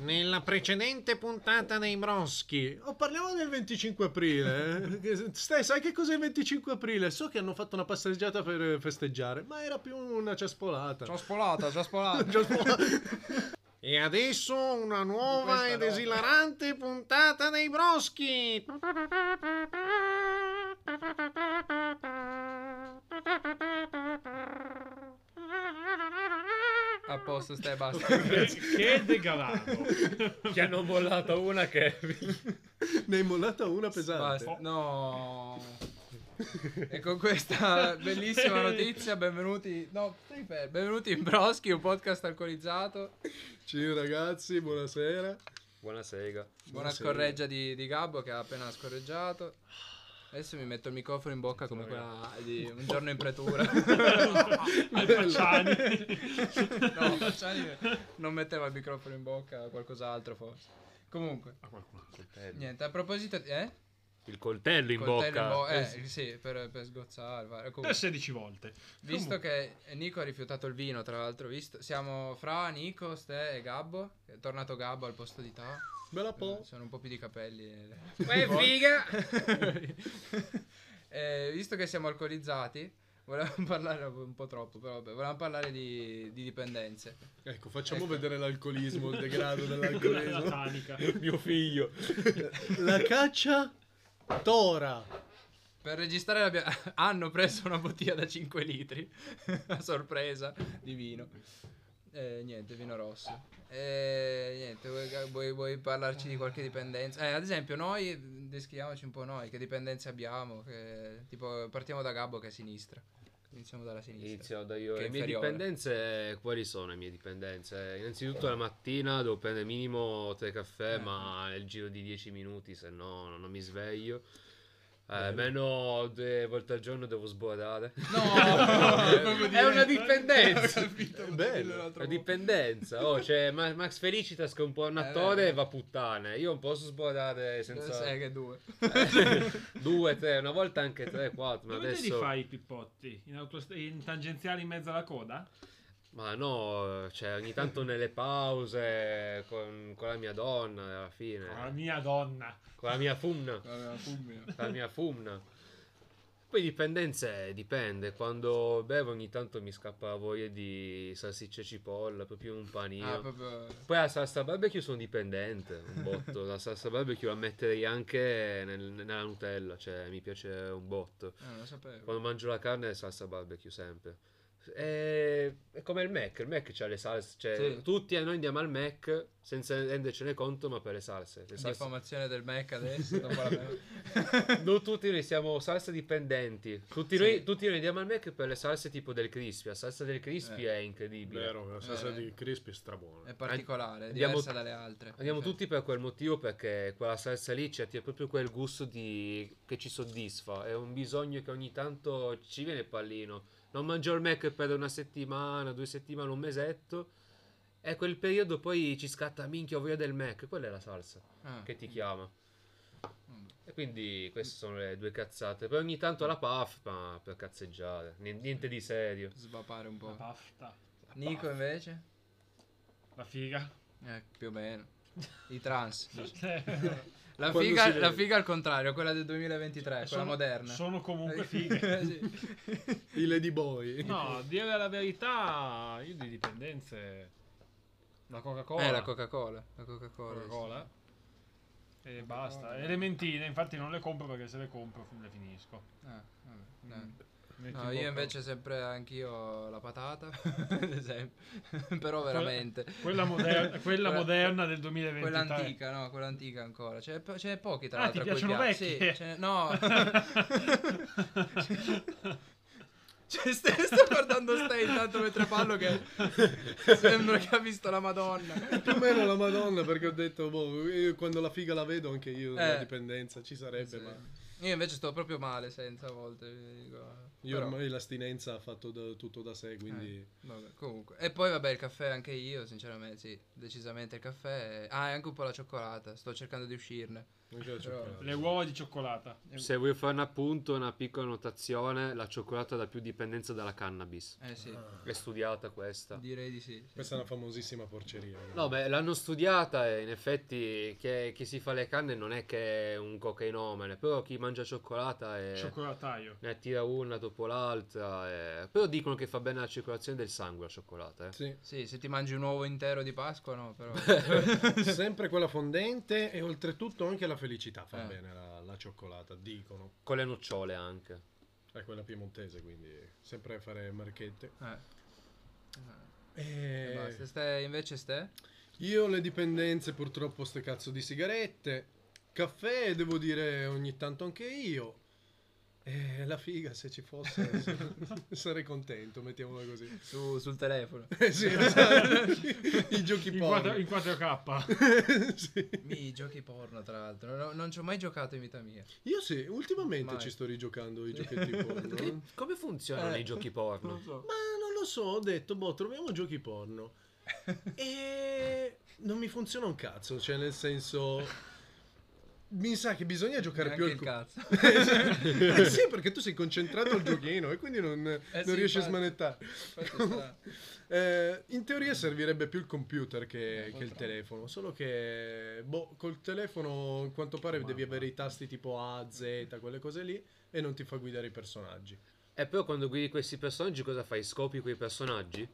Nella precedente puntata dei Broschi. Oh, parliamo del 25 aprile. Sai che cos'è il 25 aprile? So che hanno fatto una passeggiata per festeggiare, ma era più una ciaspolata. Ciaspolata. E adesso una nuova Questa ed no. esilarante puntata dei Broschi. A posto, stai, basta. Che degrado. Che hanno mollato una che... Ne hai mollata una pesante. Basta. No. E con questa bellissima notizia, benvenuti. No, stai fermo. Benvenuti in Broschi, un podcast alcolizzato. Ciao ragazzi, buonasera. Buonasera. Buona scorreggia di Gabbo che ha appena scorreggiato. Adesso mi metto il microfono in bocca come quella di Un giorno in pretura. Al Pacciani. No, Pacciani non metteva il microfono in bocca, qualcos'altro forse. Comunque, niente, a proposito di... Il coltello in Coltello bocca. sì, per sgozzare. Comunque, Per 16 volte. visto che Nico ha rifiutato il vino, tra l'altro, siamo Fra, Nico, Ste e Gabbo. È tornato Gabbo al posto di Tao. Bella po'. Sono un po' più di capelli. figa! Visto che siamo alcolizzati, volevamo parlare un po' troppo, però vabbè, volevamo parlare di dipendenze. Ecco, facciamo Ecco. vedere l'alcolismo, il degrado La dell'alcolismo. tanica. Mio figlio. La caccia tora. Per registrare hanno preso una bottiglia da 5 litri a sorpresa di vino. Niente, vino rosso. Niente, vuoi parlarci di qualche dipendenza? Ad esempio, noi, descriviamoci un po' noi, che dipendenze abbiamo. Tipo, partiamo da Gabbo che è a sinistra. Iniziamo dalla sinistra. Inizio da io. Che è Le mie inferiore. dipendenze, quali sono le mie dipendenze? Innanzitutto la mattina devo prendere minimo 3 caffè, ma nel giro di 10 minuti, se no non mi sveglio. Meno 2 volte al giorno devo sbordare. No, È una dipendenza. Bello. È dipendenza. Oh, c'è Max Felicitas che è un po' un attore e va puttane. Io non posso sbordare senza Sai che due. 2, 3, una volta anche 3, 4. Ma Dove te li adesso. fai i pippotti? In tangenziale in mezzo alla coda? Ma no, cioè ogni tanto nelle pause con la mia donna alla fine. La mia donna. Con la mia fumna. Con la mia fumna. Poi dipendenze dipende. Quando bevo ogni tanto mi scappa la voglia di salsiccia e cipolla, proprio un panino. Proprio... Poi la salsa barbecue sono dipendente, un botto. La salsa barbecue la metterei anche nella Nutella, cioè mi piace un botto. non lo sapevo. Quando mangio la carne salsa barbecue sempre. È come il Mac c'ha le salse, cioè Sì. tutti noi andiamo al Mac senza rendercene conto, ma per le salse. Le salse... Diffamazione del Mac adesso, dopo la Non tutti noi siamo salsa dipendenti. Tutti noi andiamo al Mac per le salse tipo del crispy. La salsa del crispy è incredibile. Vero, la salsa di crispy è strabuona. È particolare, è Andiamo- diversa dalle altre. Andiamo Cioè, tutti per quel motivo, perché quella salsa lì c'è proprio quel gusto che ci soddisfa. È un bisogno che ogni tanto ci viene il pallino. Non mangio il Mac per una settimana, 2 settimane, un mesetto. E quel periodo poi ci scatta minchia, ho voglia del Mac. Quella è la salsa che ti chiama. E quindi queste sono le 2 cazzate. Poi ogni tanto la puff, ma per cazzeggiare. Niente di serio. svapare un La po'. pafta. Nico invece? La figa. Più o meno. I trans. La Quando figa, si vede. la figa al contrario, quella del 2023, quella moderna. Sono comunque fighe. Sì. I Lady Boy. No, dire la verità, io di dipendenze... La Coca-Cola. La Coca-Cola. La Coca-Cola. Coca-Cola. E basta. E le mentine, infatti non le compro perché se le compro le finisco. Vabbè, dai. Metti No, in io bocca- invece sempre anch'io la patata, ad esempio. Però veramente. Quella moderna del 2023. Quella antica, no, quella antica ancora. Ce n'è pochi tra Ah, l'altro. ti a cui piacciono piace. vecchie? Sì, no. Cioè, sto guardando Stai intanto mentre parlo che sembra che ha visto la Madonna. Più o meno la Madonna, perché ho detto, boh, io quando la figa la vedo anche io, la dipendenza ci sarebbe, Sì. ma... Io invece sto proprio male senza a volte. Dico, Io però, ormai l'astinenza ha fatto tutto da sé, quindi... vabbè, comunque. E poi vabbè il caffè anche io, sinceramente, sì, decisamente il caffè. Ah, e anche un po' la cioccolata, sto cercando di uscirne. Non c'è Però- cioccolato. Le uova di cioccolata. Se vuoi fare un appunto, una piccola notazione, la cioccolata dà più dipendenza dalla cannabis. Sì, È studiata questa. direi di sì. Questa è una famosissima porceria. No, beh, l'hanno studiata e in effetti chi si fa le canne non è che è un cocainomane, però chi mangia cioccolata Cioccolataio. ne attira una dopo l'altra. Però dicono che fa bene alla circolazione del sangue la cioccolata. Sì. Sì, se ti mangi un uovo intero di Pasqua, no, però... Sempre quella fondente e oltretutto anche la felicità fa Eh. bene la cioccolata, dicono. Con le nocciole anche. È quella piemontese, quindi sempre fare marchette. E E basta. Invece ste? io le dipendenze purtroppo ste cazzo di sigarette, caffè devo dire ogni tanto anche io. E la figa se ci fosse sarei contento, mettiamola così. Sul telefono. Sì, esatto. I giochi In porno. 4K. Sì. I giochi porno, tra l'altro. Non ci ho mai giocato in vita mia. Io sì, ultimamente Mai. ci sto rigiocando i giochetti porno. Come funzionano i giochi porno? Ma non lo so, ho detto, boh, troviamo giochi porno. E non mi funziona un cazzo, cioè nel senso... Mi sa che bisogna giocare Neanche più il cazzo. Sì, perché tu sei concentrato al giochino e quindi non sì, riesci a infatti. smanettare. Infatti sta- In teoria servirebbe più il computer che il telefono, solo che boh, col telefono a quanto pare devi avere i tasti tipo A, Z, quelle cose lì e non ti fa guidare i personaggi. E però quando guidi questi personaggi cosa fai? Scopi quei personaggi?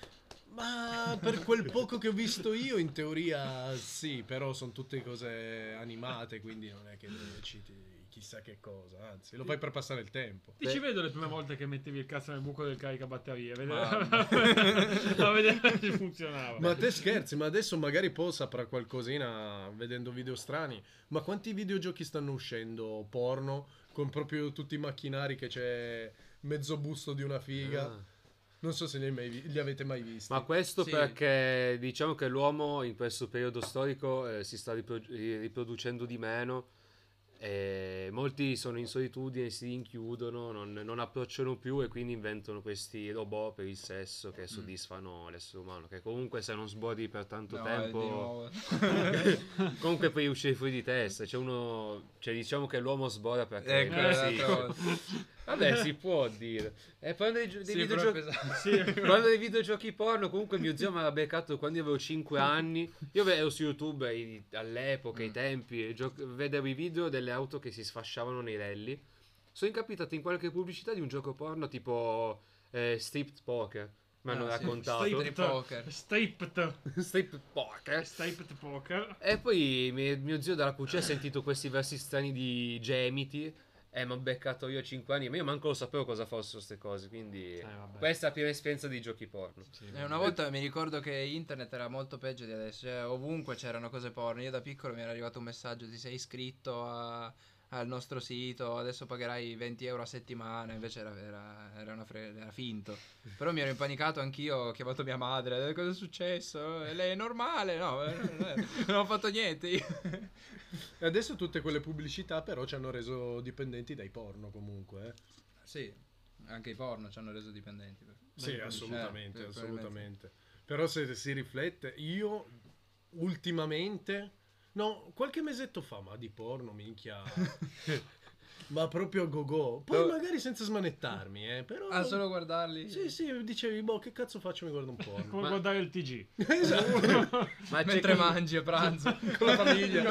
Ma per quel poco che ho visto io, in teoria sì, però sono tutte cose animate, quindi non è che decidi chissà che cosa, anzi, lo fai per passare il tempo. Ti ci vedo le prime volte che mettevi il cazzo nel buco del caricabatterie, a Mamma. vedere se funzionava. Ma te scherzi, ma adesso magari Paul saprà qualcosina vedendo video strani, ma quanti videogiochi stanno uscendo porno con proprio tutti i macchinari che c'è mezzo busto di una figa? Ah. Non so se li avete mai visti. Ma questo Sì. perché diciamo che l'uomo in questo periodo storico si sta riproducendo di meno e molti sono in solitudine, si rinchiudono, non approcciano più e quindi inventano questi robot per il sesso che soddisfano l'essere umano, che comunque se non sbordi per tanto No, tempo di nuovo. comunque puoi uscire fuori di testa. Cioè diciamo che l'uomo sborda perché Ecco, sì. l'altra volta. Vabbè, si può dire. E parlando dei Sì, videogiochi, però è pesante. Sì, parlando dei videogiochi porno, comunque mio zio mi aveva beccato quando io avevo 5 anni. Io ero su YouTube all'epoca, ai tempi, vedevo i video delle auto che si sfasciavano nei rally. Sono incapitato in qualche pubblicità di un gioco porno tipo Stripped Poker. Mi hanno Ah, sì. raccontato. Strip poker. Stripped Poker. Striped poker. E poi mio zio dalla cucina ha sentito questi versi strani di gemiti. Mi ho beccato io a 5 anni, ma io manco lo sapevo cosa fossero queste cose, quindi vabbè. questa è la prima esperienza di giochi porno. Una volta mi ricordo che internet era molto peggio di adesso, cioè ovunque c'erano cose porno. Io da piccolo mi era arrivato un messaggio: ti sei iscritto al nostro sito, adesso pagherai 20 euro a settimana. Invece era finto. Però mi ero impanicato anch'io, ho chiamato mia madre: cosa è successo? E lei è normale? No, non ho fatto niente io. E adesso tutte quelle pubblicità però ci hanno reso dipendenti dai porno comunque. Sì, anche i porno ci hanno reso dipendenti. Sì, assolutamente, probabilmente. assolutamente. Però se si riflette, io ultimamente, no, qualche mesetto fa, ma di porno, minchia, ma proprio a go-go. Poi Però- magari senza smanettarmi, però... Ah, solo guardarli? Sì, sì, dicevi, boh, che cazzo faccio, mi guardo un porno. Come guardare il TG. Esatto, Ma c'è Mentre chi, mangi a pranzo. con la famiglia.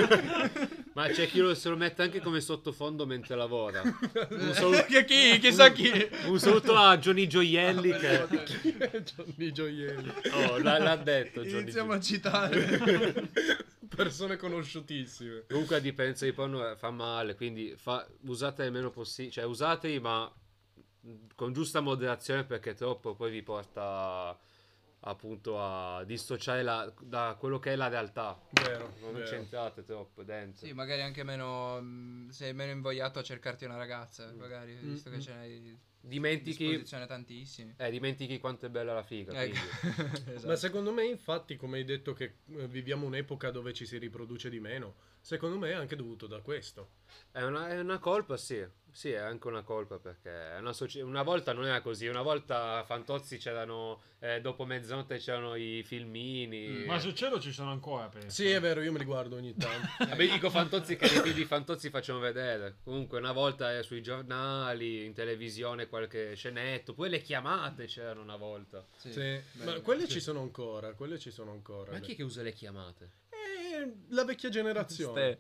ma c'è chi se lo mette anche come sottofondo mentre lavora. Un saluto, Chi? Chissà chi? un saluto a Johnny Gioielli che... Johnny Gioielli. Oh, l'ha detto Johnny Iniziamo Gioielli. a citare. Persone conosciutissime. Comunque la dipendenza di porno fa male, quindi usate il meno possibile, cioè usateli ma con giusta moderazione perché troppo poi vi porta appunto a dissociare da quello che è la realtà. Vero, Non vero. c'entrate troppo dentro. Sì, magari anche meno. Sei meno invogliato a cercarti una ragazza. Magari, visto che ce n'hai dimentichi, disposizione tantissimi. dimentichi quanto è bella la figa. Ecco. Quindi. Esatto. Ma secondo me, infatti, come hai detto che viviamo un'epoca dove ci si riproduce di meno, secondo me è anche dovuto da questo. È una colpa, sì. Sì, è anche una colpa perché una volta non era così. Una volta a Fantozzi c'erano, dopo mezzanotte c'erano i filmini. Ma su cielo ci sono ancora, penso. Sì, è vero, io me li guardo ogni tanto. Vabbè, dico Fantozzi che i film di Fantozzi facciano vedere. Comunque una volta era sui giornali, in televisione qualche scenetto. Poi le chiamate c'erano una volta. Sì. Sì, ma quelle ci sono ancora, quelle ci sono ancora. Ma chi è che usa le chiamate? La vecchia generazione.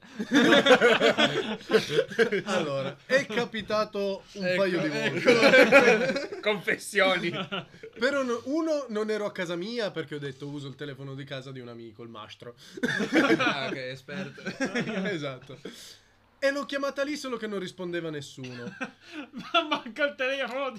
Ste. Allora, è capitato un paio di Ecco. volte. Confessioni. Però uno non ero a casa mia perché ho detto uso il telefono di casa di un amico, il mastro. Ah, ok, esperto. Esatto. E l'ho chiamata lì solo che non rispondeva nessuno. Ma manca il telefono.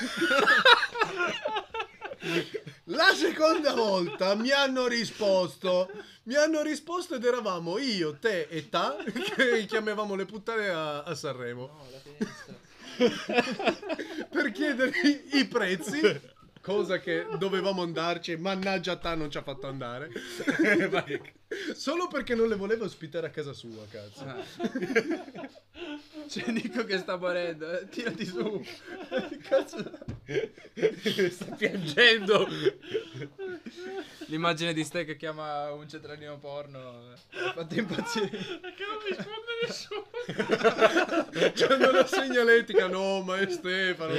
La seconda volta mi hanno risposto ed eravamo io, te e ta che chiamavamo le puttane a Sanremo. No, la finestra. Per chiedergli i prezzi, cosa che dovevamo andarci, mannaggia ta non ci ha fatto andare. Solo perché non le volevo ospitare a casa sua, cazzo. Ah. C'è Nico che sta morendo. Tirati su. Cazzo. Sta piangendo. L'immagine di Ste che chiama un centralino porno. Ha fatto impazzire. Perché non risponde nessuno? C'hanno la segnaletica, no, ma è Stefano.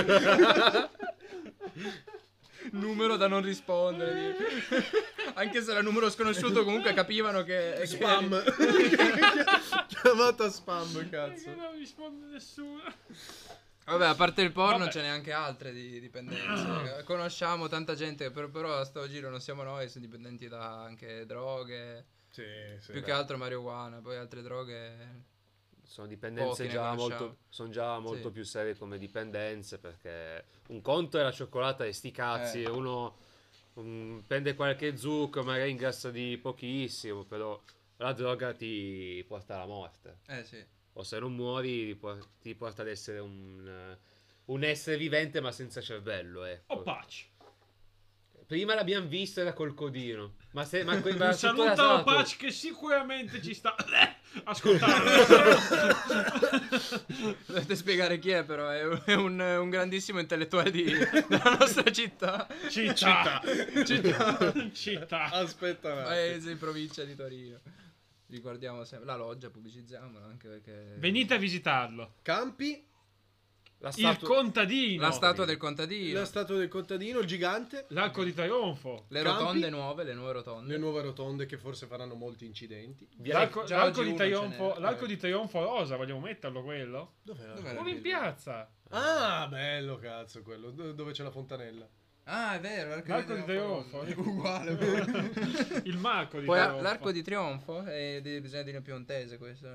Numero da non rispondere. Anche se era numero sconosciuto, comunque capivano che è Spam. Chiamata spam, cazzo. Perché non risponde nessuno? Vabbè, a parte il porno Vabbè. ce n'è anche altre di dipendenze. Conosciamo tanta gente, però a sto giro non siamo noi, sono dipendenti da anche droghe. Sì, sì. Più che altro marijuana, poi altre droghe. Sono dipendenze Pochi ne conosciamo. sono già molto Sì. più serie come dipendenze perché un conto è la cioccolata e sti cazzi, uno prende qualche zucchero, magari ingrassa di pochissimo, però la droga ti porta alla morte. Sì. O se non muori ti porta ad essere un essere vivente ma senza cervello, ecco. O Patch. Prima l'abbiamo visto era col codino. Ma Un saluto a esatto. Patch che sicuramente ci sta ascoltando. Dovete spiegare chi è, però è un grandissimo intellettuale della nostra città. Città. Città. Aspetta un attimo. Paese in provincia di Torino. Ricordiamo sempre la loggia, pubblicizziamola anche perché. Venite a visitarlo. Campi, La Il statua- contadino. La statua del contadino. la statua del contadino, il gigante, L'arco di trionfo. Le Campi. rotonde nuove, le nuove rotonde. le nuove rotonde che forse faranno molti incidenti. L'arco, già l'arco oggi di uno ce trionfo, n'è. l'arco di trionfo rosa, vogliamo metterlo quello? Dov'era? Dov'era? Come in piazza. Ah, bello cazzo quello, dove c'è la fontanella. Ah, è vero, L'arco di trionfo. È uguale. Il marco di Poi trionfo. l'arco di trionfo bisogna dire piemontese questo.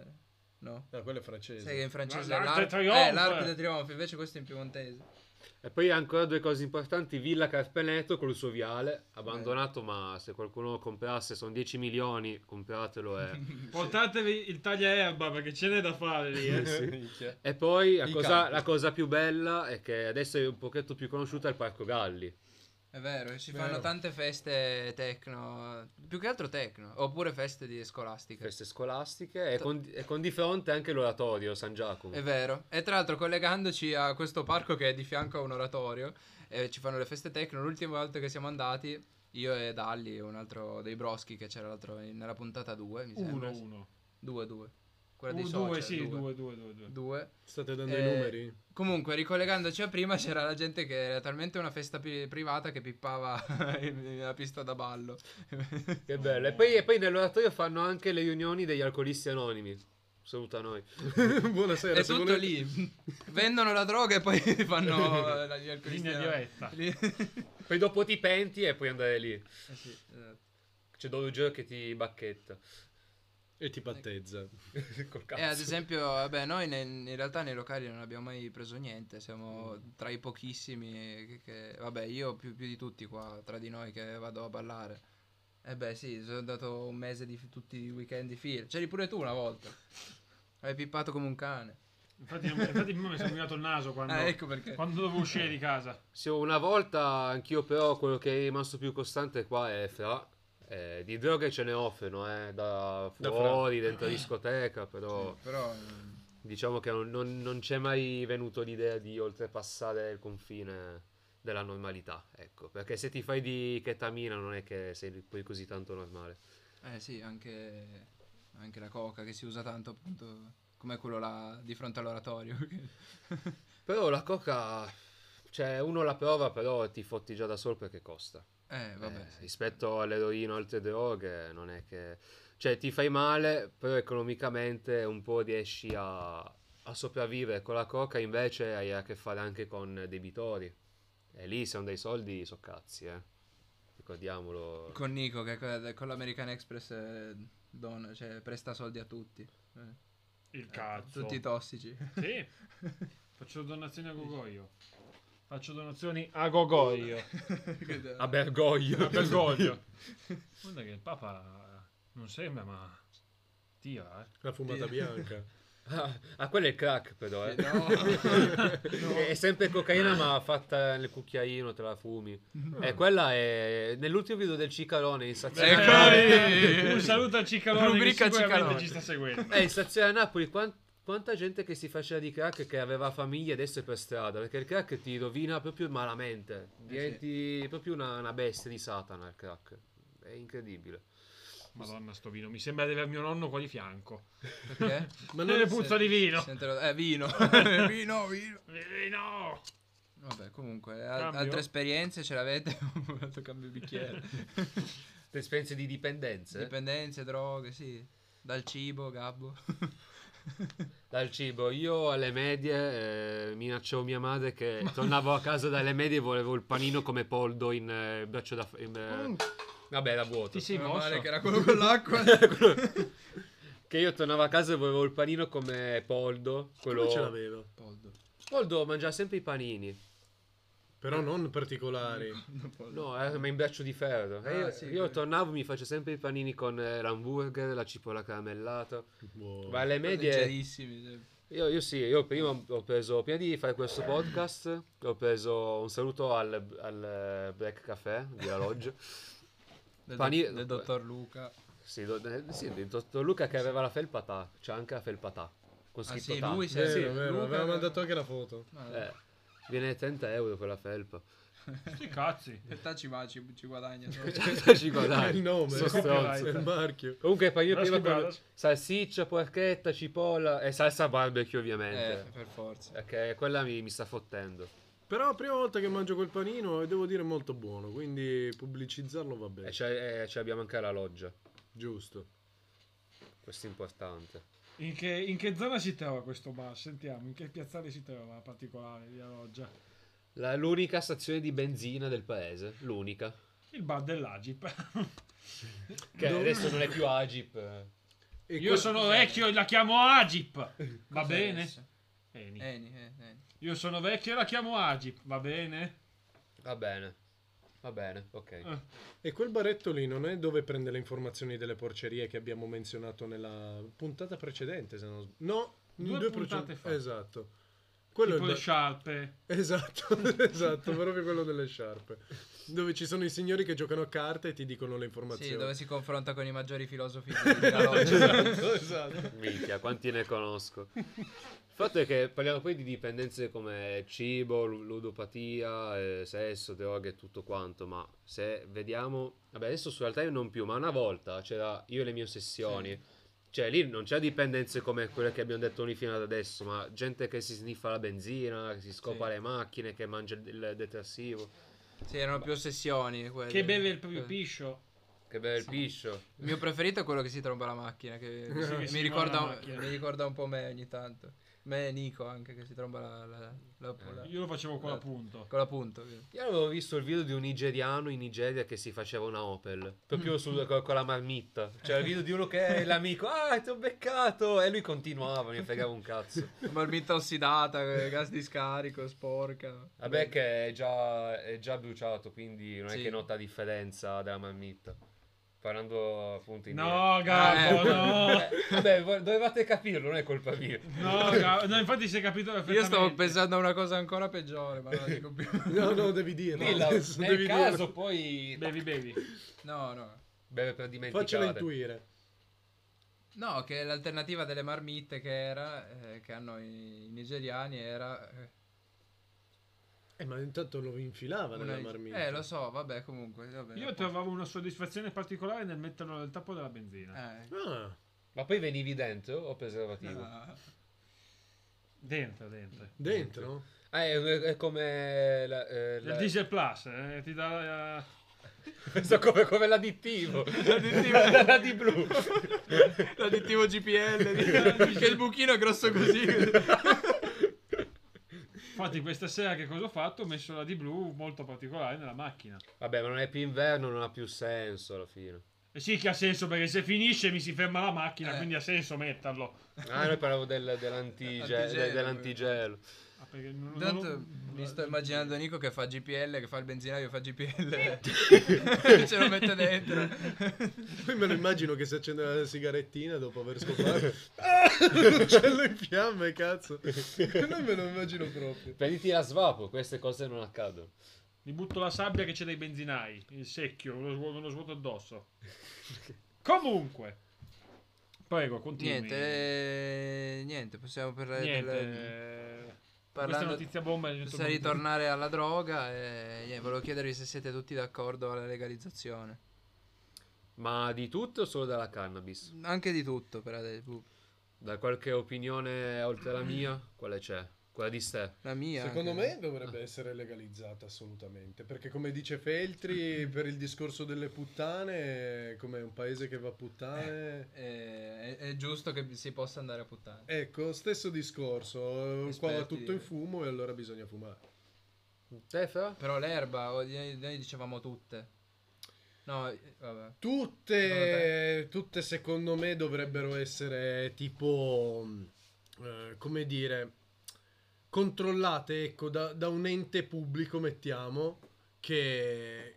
No. Ah, quello è francese. Sai che in francese L'arco è di trionfo, l'arco eh. di trionfo, invece questo è in piemontese. E poi ancora due cose importanti: Villa Carpeneto col suo viale, abbandonato, ma se qualcuno lo comprasse, sono 10 milioni, compratelo. Portatevi il tagliaerba perché ce n'è da fare lì. E poi I campi. la cosa più bella è che adesso è un pochetto più conosciuta il Parco Galli. È vero, si Vero. fanno tante feste tecno, più che altro tecno, oppure feste scolastiche. Feste scolastiche e con di fronte anche l'oratorio San Giacomo. È vero. E tra l'altro collegandoci a questo parco che è di fianco a un oratorio, ci fanno le feste tecno. L'ultima volta che siamo andati, io e Dalli e un altro dei Broschi che c'era l'altro nella puntata 2, mi sembra. 1-1. 2. Quella dei 2, social, sì, 2. 2. State dando i numeri? Comunque, ricollegandoci a prima, c'era la gente che era talmente una festa privata che pippava la pista da ballo. Che bello. E poi nell'oratorio fanno anche le riunioni degli alcolisti anonimi. Saluta noi. Buonasera. È se tutto volete- lì. Vendono la droga e poi fanno gli alcolisti. Linea diretta. Poi dopo ti penti e puoi andare lì. Sì, esatto. C'è Dodo che ti bacchetta. E ti battezza. Col E cazzo. ad esempio, vabbè, noi in realtà nei locali non abbiamo mai preso niente, siamo tra i pochissimi vabbè, io più di tutti qua, tra di noi che vado a ballare. E beh sì, sono andato un mese di tutti i weekend di fila. C'eri pure tu una volta. Hai pippato come un cane. Infatti mi è sanguinato il naso quando, ecco perché. quando dovevo uscire di casa. Sì, una volta anch'io, però quello che è rimasto più costante qua è Fra. Di droghe ce ne offrono, da Da fuori, dentro la discoteca, però Però diciamo che non c'è mai venuto l'idea di oltrepassare il confine della normalità, ecco, perché se ti fai di ketamina non è che sei poi così tanto normale. sì, anche la coca che si usa tanto appunto come quello là di fronte all'oratorio. Però la coca, cioè uno la prova, però ti fotti già da solo perché costa. Vabbè, sì. Rispetto all'eroina o altre droghe, non è che... Cioè ti fai male, però economicamente un po' riesci a sopravvivere. Con la coca invece hai a che fare anche con debitori. E lì se non dai soldi, so cazzi, ricordiamolo. Con Nico che con l'American Express cioè, presta soldi a tutti. Il cazzo. Tutti tossici. Sì. Faccio donazioni a gogo io. Faccio donazioni a gogo io. A Bergoglio. A Bergoglio. Guarda che il Papa non sembra, ma tira, La fumata bianca. Quello è il crack però, No. È sempre cocaina ma fatta nel cucchiaino, te la fumi. E quella è nell'ultimo video del Cicalone in stazione Un saluto a Cicalone che Rubrica sicuramente Cicalone. ci sta seguendo. in stazione a Napoli quanta gente che si faceva di crack che aveva famiglia adesso è per strada, perché il crack ti rovina proprio malamente, diventi proprio una bestia di Satana il crack, è incredibile. Madonna, sto vino. Mi sembra di avere mio nonno qua di fianco. Perché? Ma Non non ne puzza di vino. Vino. Vino. Vino. Vabbè, comunque, Cambio. altre esperienze ce l'avete? Ho fatto cambio bicchiere. Le esperienze di dipendenze? Dipendenze, droghe, sì. Dal cibo, Gabbo. Dal cibo, io alle medie minacciavo mia madre che tornavo a casa dalle medie e volevo il panino come Poldo in braccio da... Vabbè, era vuoto. Ti sei Meno mosso. male che era quello con l'acqua. Che io tornavo a casa e volevo il panino come Poldo. Quello... Come ce l'avevo? Poldo. Poldo mangiava sempre i panini. Però non particolari. No, ma in braccio di ferro. E io sì, io tornavo, mi faccio sempre i panini con l'hamburger, la cipolla caramellata. Wow. Ma alle medie... Leggerissimi. Cioè. Io prima ho preso, prima di fare questo podcast, ho preso un saluto al Black Café di La Loggia. Del dottor Luca. Sì, il dottor Luca che aveva la felpatà, c'ha anche la felpatà. Con scritto sì, ta. lui Vero, sì, vero, Luca- aveva mandato anche la foto. Viene 30 euro quella felpa. Sti cazzi. Ci guadagna. Ci È il guadagni. nome, Sono è stronzo. il marchio. Comunque io Braschi prima con Brothers. salsiccia, porchetta, cipolla e salsa barbecue ovviamente. Per forza. Perché quella mi sta fottendo. Però la prima volta che mangio quel panino devo dire molto buono, quindi pubblicizzarlo va E bene. ce l'abbiamo anche alla loggia. Giusto. Questo è importante. In che zona si trova questo bar? Sentiamo, in che piazzale si trova particolare di Loggia? L'unica stazione di benzina del paese. L'unica. Il bar dell'Agip. Che adesso non è più Agip. E Io sono vecchio e la chiamo Agip. Va Cos'è bene? adesso? Eni. Eni. Io sono vecchio e la chiamo Agip. Va bene? Va bene. Va bene, ok. E quel baretto lì non è dove prende le informazioni delle porcerie che abbiamo menzionato nella puntata precedente, se non No, in Due puntate fa. Esatto. Quello Tipo è le il sciarpe. Esatto, esatto, proprio quello delle sciarpe. Dove ci sono i signori che giocano a carte e ti dicono le informazioni. Sì, dove si confronta con i maggiori filosofi della Loggia. Esatto. Minchia, quanti ne conosco. Il fatto è che parliamo poi di dipendenze come cibo, ludopatia, sesso, droghe e tutto quanto, ma se vediamo... Vabbè, adesso su realtà non più, ma una volta c'era io e le mie ossessioni. Cioè lì non c'è dipendenze come quelle che abbiamo detto noi fino ad adesso, ma gente che si sniffa la benzina, che si scopa le macchine, che mangia il detersivo, Sì, erano più ossessioni quelle. Che beve il proprio piscio. che beve il piscio. Il mio preferito è quello che si tromba la macchina, che Sì, che mi, si ricorda, tromba la macchina. mi ricorda un po' me ogni tanto. Me e Nico anche che si tromba la Io lo facevo con la punto. con la punto. Io avevo visto il video di un nigeriano in Nigeria che si faceva una Opel, proprio con la marmitta. C'era il video di uno che è l'amico, ti ho beccato, e lui continuava, mi fregava un cazzo. Marmitta ossidata, gas di scarico, sporca. Vabbè che è già bruciato, quindi non è Sì. che nota differenza della marmitta. Parlando appunto in No, Gabbo, no. Vabbè, dovevate capirlo, non è colpa mia. No, Gabbo, no, infatti si è capito perfettamente. Io stavo pensando a una cosa ancora peggiore, ma non la dico più. No, devi dirlo. Dilla, Adesso nel devi caso dirlo. poi Bevi. No. beve per dimenticare. Faccela intuire. No, che l'alternativa delle marmitte che era, che hanno i nigeriani era... Ma intanto lo infilava nella una- marmita. lo so, vabbè, comunque. Vabbè, Io trovavo una soddisfazione particolare nel metterlo nel tappo della benzina. Ah, Ma poi venivi dentro o preservativo? no. Dentro. dentro? È come Il Diesel Plus, ti dà... penso come l'additivo. La di blu. L'additivo GPL, che il buchino è grosso così. Infatti questa sera che cosa ho fatto? Ho messo la di blu molto particolare nella macchina. Vabbè, ma non è più inverno, non ha più senso alla fine. E sì che ha senso perché se finisce mi si ferma la macchina, quindi ha senso metterlo. Ah, noi parlavo dell'antigelo. Ah, perché non Tanto mi sto immaginando Nico che fa GPL, che fa il benzinaio, fa GPL. Ce lo mette dentro. Poi me lo immagino che si accende la sigarettina dopo aver scopato. L'uccello in fiamme, cazzo. Non me lo immagino proprio. Prenditi la svapo, queste cose non accadono. Mi butto la sabbia che c'è dai benzinai, il secchio, me lo svuoto addosso. Comunque, prego, continui. Niente, possiamo parlare Niente. Questa parlando notizia bomba è se ritornare alla droga volevo chiedervi se siete tutti d'accordo alla legalizzazione. Ma di tutto o solo della cannabis? Anche di tutto per adesso. Da qualche opinione oltre la mia? Quale c'è? Quella di ste. La mia Secondo anche. me dovrebbe essere legalizzata assolutamente, perché come dice Feltri, per il discorso delle puttane, come un paese che va a puttane... È giusto che si possa andare a puttane. Ecco, stesso discorso, qua va Esperti tutto in fumo e allora bisogna fumare. Te fra? Però l'erba, noi dicevamo tutte. No, vabbè. Tutte secondo me dovrebbero essere tipo, come dire, controllate, ecco, da un ente pubblico, mettiamo, che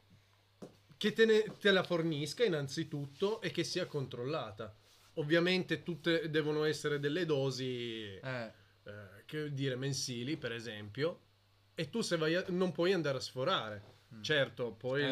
te la fornisca innanzitutto e che sia controllata. Ovviamente tutte devono essere delle dosi, che dire, mensili, per esempio, e tu se vai non puoi andare a sforare. Certo, poi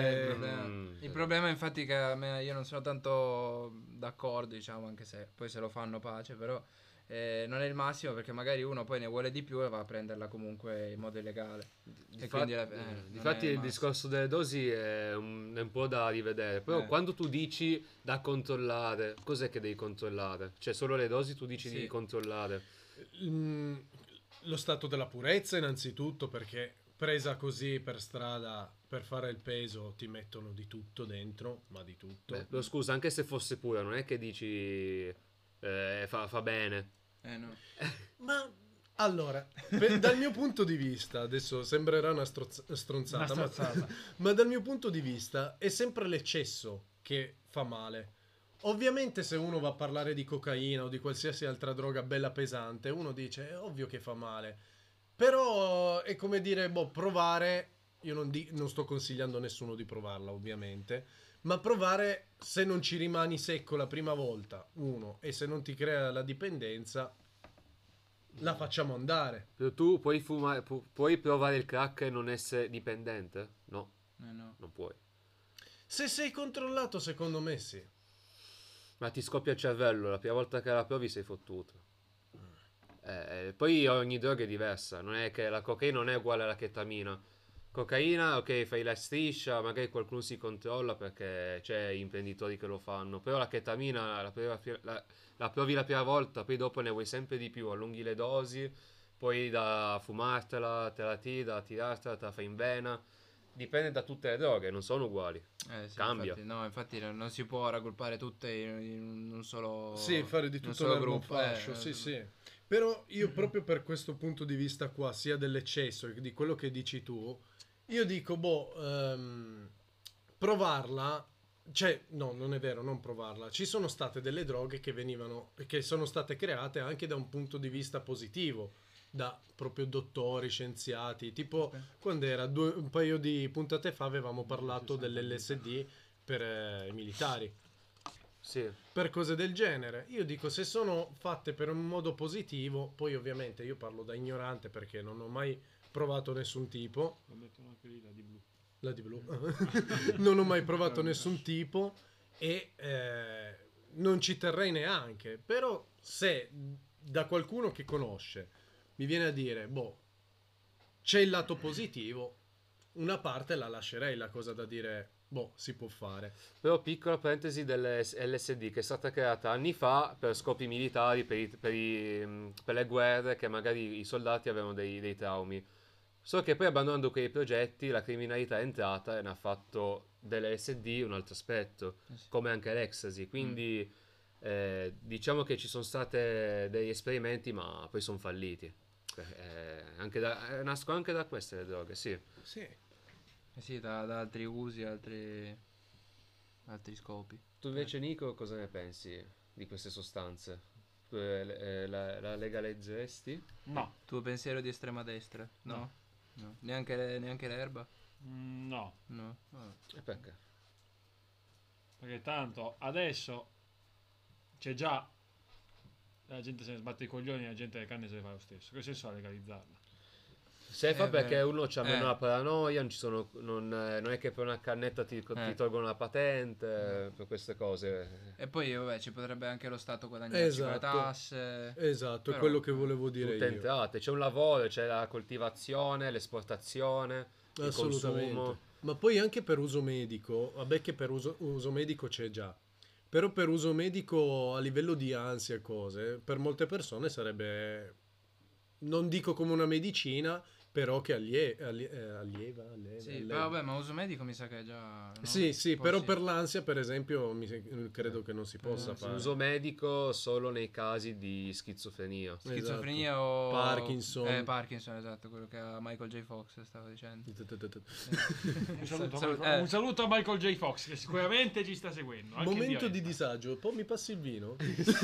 Il problema infatti che io non sono tanto d'accordo, diciamo, anche se poi se lo fanno pace, però non è il massimo perché magari uno poi ne vuole di più e va a prenderla comunque in modo illegale. Difatti il massimo. discorso delle dosi è un po' da rivedere. Però quando tu dici da controllare, cos'è che devi controllare? Cioè solo le dosi tu dici di controllare? Lo stato della purezza innanzitutto, perché presa così per strada per fare il peso ti mettono di tutto dentro, ma di tutto. Beh, però scusa, anche se fosse pura, non è che dici fa bene. No. Ma allora, dal mio punto di vista, adesso sembrerà una stronzata, Una stronzata. ma dal mio punto di vista è sempre l'eccesso che fa male. Ovviamente se uno va a parlare di cocaina o di qualsiasi altra droga bella pesante, uno dice è ovvio che fa male. Però è come dire, provare, io non sto consigliando a nessuno di provarla ovviamente, ma provare se non ci rimani secco la prima volta, uno, e se non ti crea la dipendenza, la facciamo andare. Però tu puoi fumare, puoi provare il crack e non essere dipendente? No, No. non puoi. Se sei controllato, secondo me sì. Ma ti scoppia il cervello, la prima volta che la provi sei fottuto. Poi ogni droga è diversa, non è che la cocaina non è uguale alla chetamina. Cocaina, ok, fai la striscia, magari qualcuno si controlla perché c'è imprenditori che lo fanno, però la chetamina la provi la prima volta, poi dopo ne vuoi sempre di più, allunghi le dosi, poi da fumartela, te la tiri, da tirartela, te la fai in vena. Dipende da tutte le droghe, non sono uguali. Sì, Cambia. Infatti non si può raggruppare tutte in un solo Sì, fare di in un tutto solo l'erba un gruppo. fascio, sì. Però io proprio per questo punto di vista qua, sia dell'eccesso che di quello che dici tu, io dico, provarla, cioè, no, non è vero, non provarla. Ci sono state delle droghe che sono state create anche da un punto di vista positivo, da proprio dottori, scienziati, tipo quando era un paio di puntate fa avevamo parlato dell'LSD per i militari, Sì. per cose del genere. Io dico, se sono fatte per un modo positivo, poi ovviamente io parlo da ignorante perché non ho mai provato nessun tipo. Lo mettono anche lì, la di blu. La di blu. Non ho mai provato nessun tipo e non ci terrei neanche. Però se da qualcuno che conosce mi viene a dire, boh, c'è il lato positivo, una parte la lascerei, la cosa da dire, boh, si può fare. Però piccola parentesi dell'LSD che è stata creata anni fa per scopi militari, per le guerre, che magari i soldati avevano dei traumi. Solo che poi abbandonando quei progetti la criminalità è entrata e ne ha fatto dell'LSD un altro aspetto, come anche l'ecstasy. Quindi diciamo che ci sono stati degli esperimenti ma poi sono falliti. Nascono anche da queste le droghe, sì. Sì. Eh sì, da altri usi, altri scopi. Tu invece Nico cosa ne pensi di queste sostanze? Tu la legalizzeresti? No. Tuo pensiero di estrema destra? No. No. Neanche l'erba? No. No. Ah. E perché? Perché tanto adesso c'è già, la gente se ne sbatte i coglioni, la gente le canne se le fa lo stesso. Che senso ha legalizzarla? Se fa perché beh. uno c'ha meno la paranoia, non è che per una cannetta ti tolgono la patente, per queste cose. E poi vabbè, ci potrebbe anche lo Stato guadagnarci con le Esatto. tasse. Esatto, è Però, quello che volevo dire Tutte io. entrate, c'è un lavoro, c'è la coltivazione, l'esportazione, il Assolutamente. consumo. Ma poi anche per uso medico, vabbè che per uso medico c'è già, però per uso medico a livello di ansia e cose, per molte persone sarebbe, non dico come una medicina, però che allieva. Sì, però vabbè, ma uso medico mi sa che è già... no? Sì, sì, Poi però sì. per l'ansia, per esempio, credo che non si possa fare. Uso medico solo nei casi di schizofrenia. Schizofrenia o... Parkinson. Parkinson, esatto, quello che ha Michael J. Fox, stavo dicendo. Un saluto a Michael J. Fox che sicuramente ci sta seguendo. Anche in Momento di diretta. disagio, poi mi passi il vino?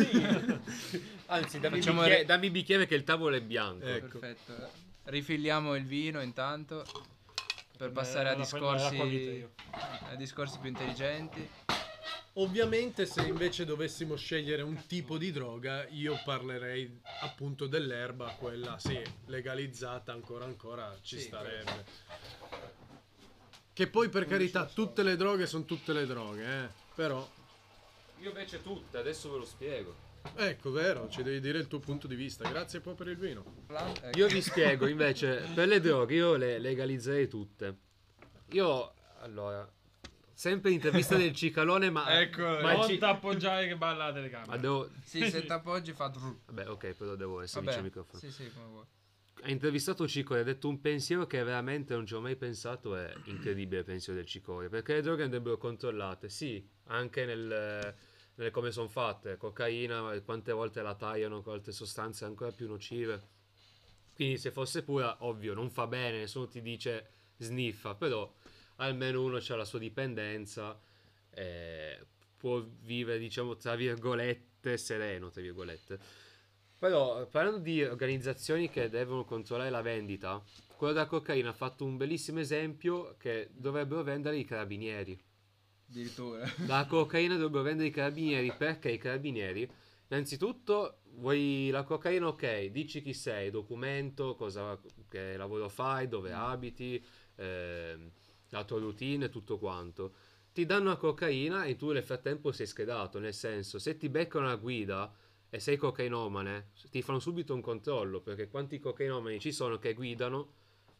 Anzi, Facciamo dammi il bicchiere che il tavolo è bianco. Ecco. Perfetto. Rifilliamo il vino intanto per passare a la prendo l'acqua vita discorsi, io. a discorsi più intelligenti. Ovviamente se invece dovessimo scegliere un tipo di droga, io parlerei appunto dell'erba, quella sì, legalizzata ancora ci starebbe. Che poi per carità tutte le droghe sono tutte le droghe, però Io invece tutte, adesso ve lo spiego. ecco, vero, ci devi dire il tuo punto di vista. Grazie poi per il vino. Ecco. Io vi spiego invece, per le droghe io le legalizzerei tutte. Io, allora, sempre intervista del cicalone, ma... Ecco, ma il Non t'appoggiare che balla la ma telecamera. devo... Sì, se t'appoggi fa... Vabbè, ok, però devo essere Vabbè, vicino al microfono. sì, sì, come vuoi. Ha intervistato Cicore e ha detto un pensiero che veramente non ci ho mai pensato, è incredibile il pensiero del Cicore, perché le droghe andrebbero controllate, sì, anche nel come sono fatte, cocaina, quante volte la tagliano con altre sostanze ancora più nocive. Quindi se fosse pura, ovvio, non fa bene, nessuno ti dice sniffa, però almeno uno ha la sua dipendenza, può vivere, diciamo, tra virgolette, sereno, tra virgolette. Però parlando di organizzazioni che devono controllare la vendita, quello della cocaina ha fatto un bellissimo esempio che dovrebbero vendere i carabinieri. Addirittura. La cocaina dovrebbero vendere i carabinieri perché i carabinieri, innanzitutto, vuoi la cocaina, ok, dici chi sei, documento, che lavoro fai, dove abiti, la tua routine, tutto quanto. Ti danno la cocaina e tu nel frattempo sei schedato, nel senso, se ti beccano la guida e sei cocainomane, ti fanno subito un controllo, perché quanti cocainomani ci sono che guidano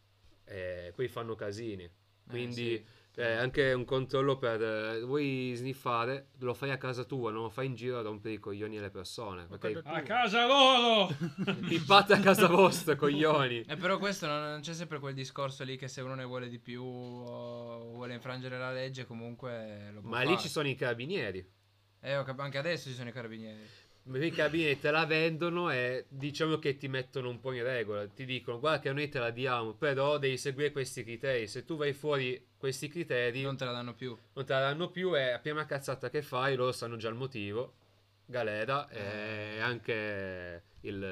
e poi fanno casini. Quindi anche un controllo per vuoi sniffare, lo fai a casa tua, non lo fai in giro a rompere i coglioni alle persone. Perché A casa loro! pippate a casa vostra, coglioni. Però questo non c'è sempre quel discorso lì che se uno ne vuole di più o vuole infrangere la legge comunque lo può Ma fare. lì ci sono i carabinieri. Anche adesso ci sono i carabinieri. I carabinieri te la vendono e diciamo che ti mettono un po' in regola. Ti dicono guarda che noi te la diamo, però devi seguire questi criteri. Se tu vai fuori questi criteri Non te la danno più. non te la danno più e la prima cazzata che fai loro sanno già il motivo. Galera e anche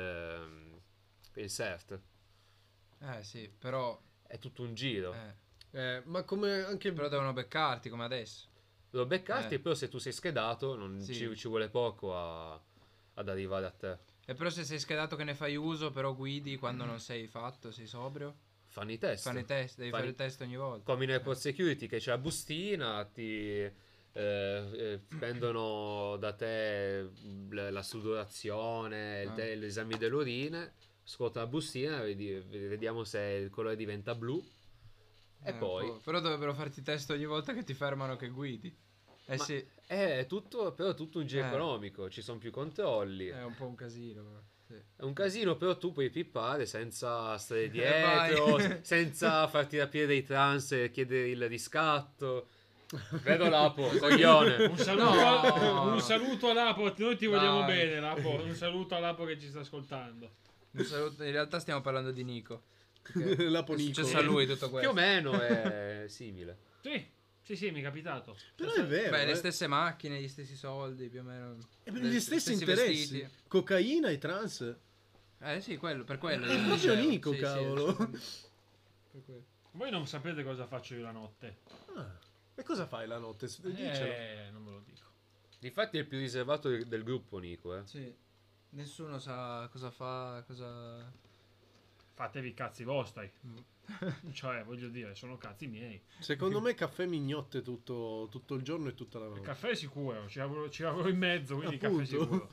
il CERT. Sì, però... È tutto un giro. Ma come anche Però devono beccarti come adesso. Devo beccarti, però se tu sei schedato Sì. ci vuole poco ad arrivare a te. E però se sei schedato che ne fai uso, però guidi quando non sei fatto, sei sobrio, Fanno i test. fanno i test, devi Fanno fare i- il test ogni volta. Come in airport security che c'è la bustina, prendono da te la sudorazione, gli esami delle urine, scuotono la bustina, vediamo se il colore diventa blu e Un poi... po'. Però dovrebbero farti test ogni volta che ti fermano che guidi. Ma Sì, è tutto, però tutto un giro Eh. economico, ci sono più controlli. è un po' un casino. Però. Sì. È un casino, però tu puoi pippare senza stare vai. dietro, senza farti rapire dei trans e chiedere il riscatto. Vedo Lapo, coglione. Un saluto, No. un saluto a Lapo, noi ti vogliamo Dai. bene, Lapo. Un saluto a Lapo che ci sta ascoltando. Un saluto- In realtà stiamo parlando di Nico. Perché La è Ponico. successo a lui tutto Più questo. o meno è simile. Sì, mi è capitato. Però è vero. Beh, le stesse macchine, gli stessi soldi, più o meno. E per gli stessi interessi. vestiti. Cocaina e trans. Sì, per quello. È io proprio dicevo. Nico, Sì, sì, cavolo. per quello. Voi non sapete cosa faccio io la notte. Ah, e cosa fai la notte? Dicelo. Non me lo dico. Difatti è il più riservato del gruppo, Nico. Sì. Nessuno sa cosa fa, cosa... Fatevi i cazzi vostri. Cioè, voglio dire, sono cazzi miei. Secondo me caffè mignotte tutto il giorno e tutta la Il notte. caffè è sicuro, ci lavoro in mezzo, quindi il caffè è Appunto. sicuro.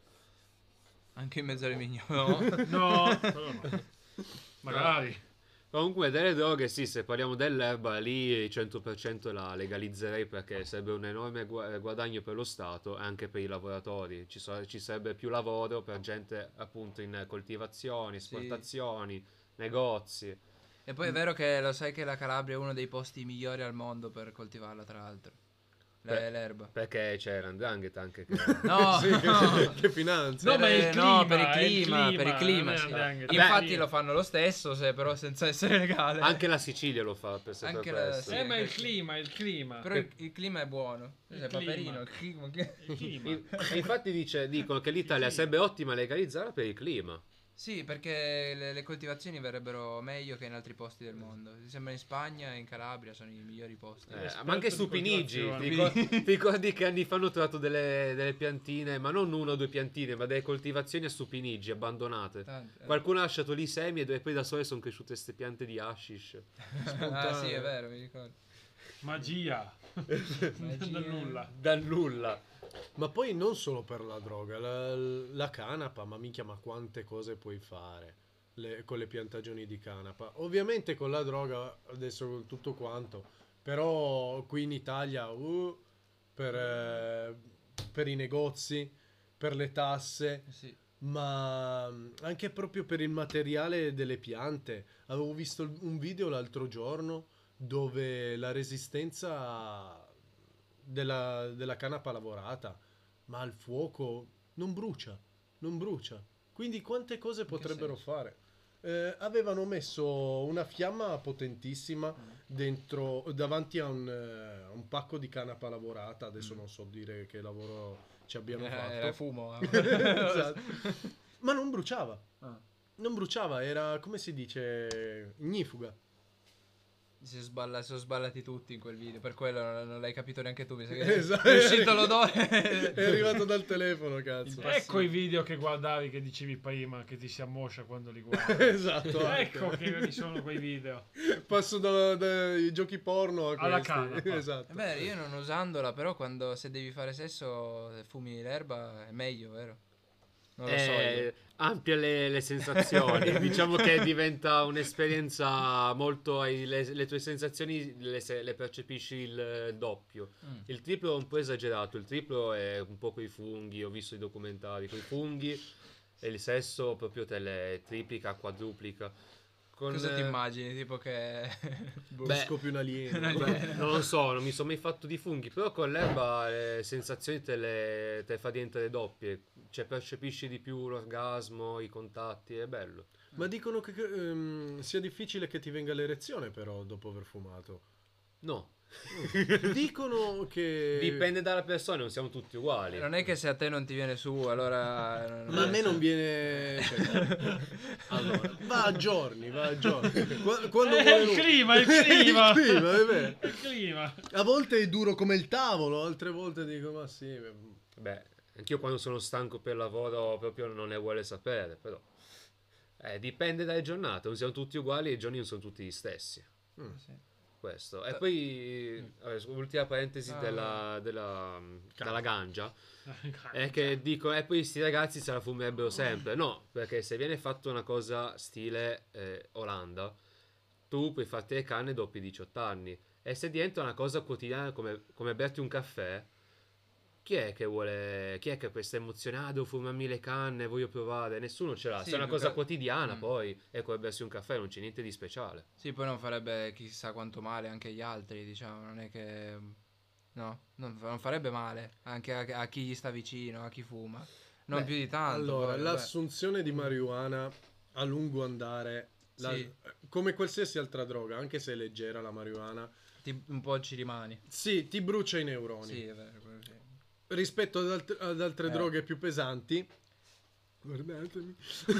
Anche in mezzo alle mignole, no? No, quello no. Magari. Comunque delle droghe, sì, se parliamo dell'erba, lì il 100% la legalizzerei perché sarebbe un enorme guadagno per lo Stato e anche per i lavoratori. Ci sarebbe più lavoro per gente appunto in coltivazioni, esportazioni, negozi. E poi è vero che lo sai che la Calabria è uno dei posti migliori al mondo per coltivarla, tra l'altro. Beh, L'erba. Perché c'è l'andrangheta anche che... No, Sì, no. che finanza. No, ma è il No, clima, per il è il clima, per il clima, clima, sì. l'andrangheta. Infatti Beh, lo fanno lo stesso, però senza essere legale. Anche la Sicilia lo fa per sempre Anche la- questo. sì. ma è il clima. Però il clima è buono. Il Cioè, clima. Paperino, il clima. Il clima. E infatti dicono che l'Italia sarebbe ottima a legalizzarla per il clima. Sì, perché le coltivazioni verrebbero meglio che in altri posti del mondo. Mi sembra in Spagna e in Calabria sono i migliori posti. Ma anche su di Pinigi, coltivazione. ti ricordi che anni fa hanno trovato delle piantine, ma non una o due piantine, ma delle coltivazioni a su Pinigi abbandonate. Tanti, Qualcuno ha lasciato lì i semi e poi da sole sono cresciute queste piante di hashish. Ah, sì, è vero, mi ricordo. Magia. Magia. Da nulla. Dal nulla. Ma poi non solo per la droga, la canapa, ma minchia, ma quante cose puoi fare con le piantagioni di canapa. Ovviamente con la droga, adesso con tutto quanto, però qui in Italia, per i negozi, per le tasse, Sì. ma anche proprio per il materiale delle piante. Avevo visto un video l'altro giorno dove la resistenza della canapa lavorata, ma al fuoco non brucia. Quindi quante cose potrebbero senso? fare? Avevano messo una fiamma potentissima dentro, davanti a un pacco di canapa lavorata. Adesso non so dire che lavoro ci abbiano Era fatto. fumo. Esatto. Ma non bruciava. Ah. Non bruciava, era, come si dice, ignifuga. Si sono sballati tutti in quel video, per quello non l'hai capito neanche tu. Mi sa che Esatto. è uscito l'odore. È arrivato dal telefono, cazzo. Ecco i video che guardavi che dicevi prima che ti si ammoscia quando li guardi. Esatto. Ecco che ci sono quei video. Passo dai giochi porno a Alla questi. canapa. Esatto. Beh, io non usandola, però se devi fare sesso fumi l'erba è meglio, vero? Non lo so io. Ampia le sensazioni. Diciamo che diventa un'esperienza molto. Le tue sensazioni le percepisci il doppio. Il triplo è un po' esagerato. Il triplo è un po' coi funghi. Ho visto i documentari coi funghi. E il sesso proprio te le triplica, quadruplica. Cosa ti immagini? Tipo che... Beh, scopri un alieno. Non lo so, non mi sono mai fatto di funghi, però con l'erba le sensazioni te le fa diventare doppie, cioè percepisci di più l'orgasmo, i contatti, è bello. Ma dicono che sia difficile che ti venga l'erezione però dopo aver fumato. No. Dicono che... Dipende dalla persona, non siamo tutti uguali. Non è che se a te non ti viene su, allora... Ma a me non viene... cioè, allora, va a giorni. Quando vuole il lui. clima, il clima. Il clima, è vero. Il clima. A volte è duro come il tavolo, altre volte dico, ma sì... Beh, anch'io quando sono stanco per lavoro proprio non ne vuole sapere, però... dipende dalle giornate, non siamo tutti uguali e i giorni non sono tutti gli stessi. Sì. Questo. E poi, ultima parentesi dalla ganja, è che dico, e poi sti ragazzi se la fumerebbero sempre. No, perché se viene fatto una cosa stile Olanda, tu puoi farti le canne dopo i 18 anni. E se diventa una cosa quotidiana come berti un caffè, chi è che questa emozione, devo fumarmi le canne, voglio provare, nessuno ce l'ha, Sì, se è una più cosa che- quotidiana Mm. poi è come bersi un caffè, non c'è niente di speciale. Sì, poi non farebbe chissà quanto male anche agli altri, diciamo, non è che... No, non farebbe male anche a chi gli sta vicino, a chi fuma. Non Beh, più di tanto. Allora, poi, l'assunzione di marijuana a lungo andare, Sì. come qualsiasi altra droga, anche se è leggera la marijuana, un po' ci rimani. sì, ti brucia i neuroni. Sì, è vero. Quello sì. Rispetto ad altre droghe più pesanti, guardatemi,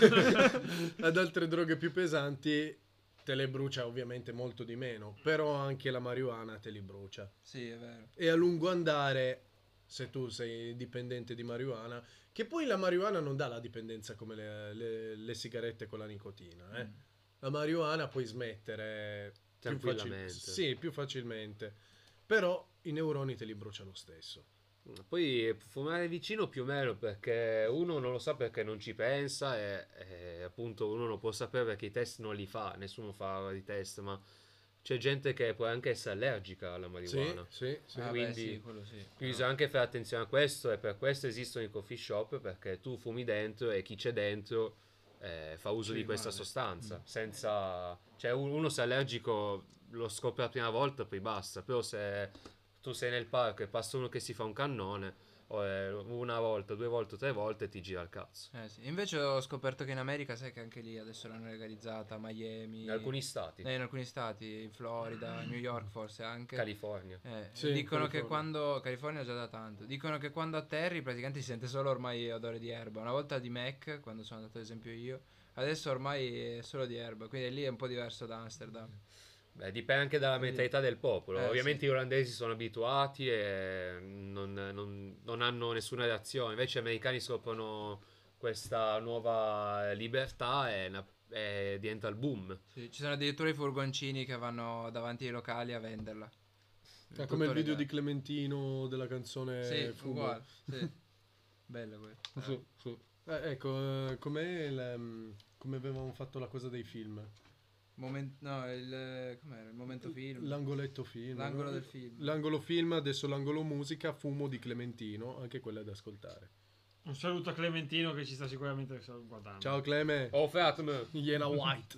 ad altre droghe più pesanti te le brucia ovviamente molto di meno, però anche la marijuana te li brucia. Sì, è vero. E a lungo andare, se tu sei dipendente di marijuana, che poi la marijuana non dà la dipendenza come le sigarette con la nicotina, eh. La marijuana puoi smettere Tranquillamente. sì, più facilmente, però i neuroni te li brucia lo stesso. Poi fumare vicino più o meno perché uno non lo sa perché non ci pensa e appunto uno non può sapere perché i test non li fa, nessuno fa i test, ma c'è gente che può anche essere allergica alla Sì, marijuana. sì, sì. Ah, quindi- beh, sì, quello sì. Bisogna anche fare attenzione a questo e per questo esistono i coffee shop perché tu fumi dentro e chi c'è dentro fa uso Ci di questa rimane. sostanza senza... cioè uno se è allergico lo scopre la prima volta poi basta, però se tu sei nel parco e passa uno che si fa un cannone una volta, 2 volte, 3 volte ti gira il cazzo. Sì. Invece ho scoperto che in America, sai che anche lì adesso l'hanno legalizzata, Miami, In alcuni stati, in alcuni stati, in Florida, New York forse anche. California. Sì, Dicono che California. quando California già da tanto. Dicono che quando atterri praticamente si sente solo ormai odore di erba. Una volta di Mac, quando sono andato ad esempio io, adesso ormai è solo di erba, quindi lì è un po' diverso da Amsterdam. Beh, dipende anche dalla mentalità del popolo. Ovviamente sì. gli olandesi sono abituati e non hanno nessuna reazione. Invece gli americani scoprono questa nuova libertà e diventa il boom. Sì, ci sono addirittura i furgoncini che vanno davanti ai locali a venderla. È come il Tutto video di legale. Clementino della canzone Sì, Fumo. uguale. Sì. Bello quello. Sì, sì. Ecco, come avevamo fatto la cosa dei film. Com'era? Il momento film. L'angoletto film. L'angolo no? del film. L'angolo film, adesso l'angolo musica, Fumo di Clementino, anche quella da ascoltare. Un saluto a Clementino che ci sta sicuramente guardando. Ciao Cleme. Oh, Fatme! Iena White.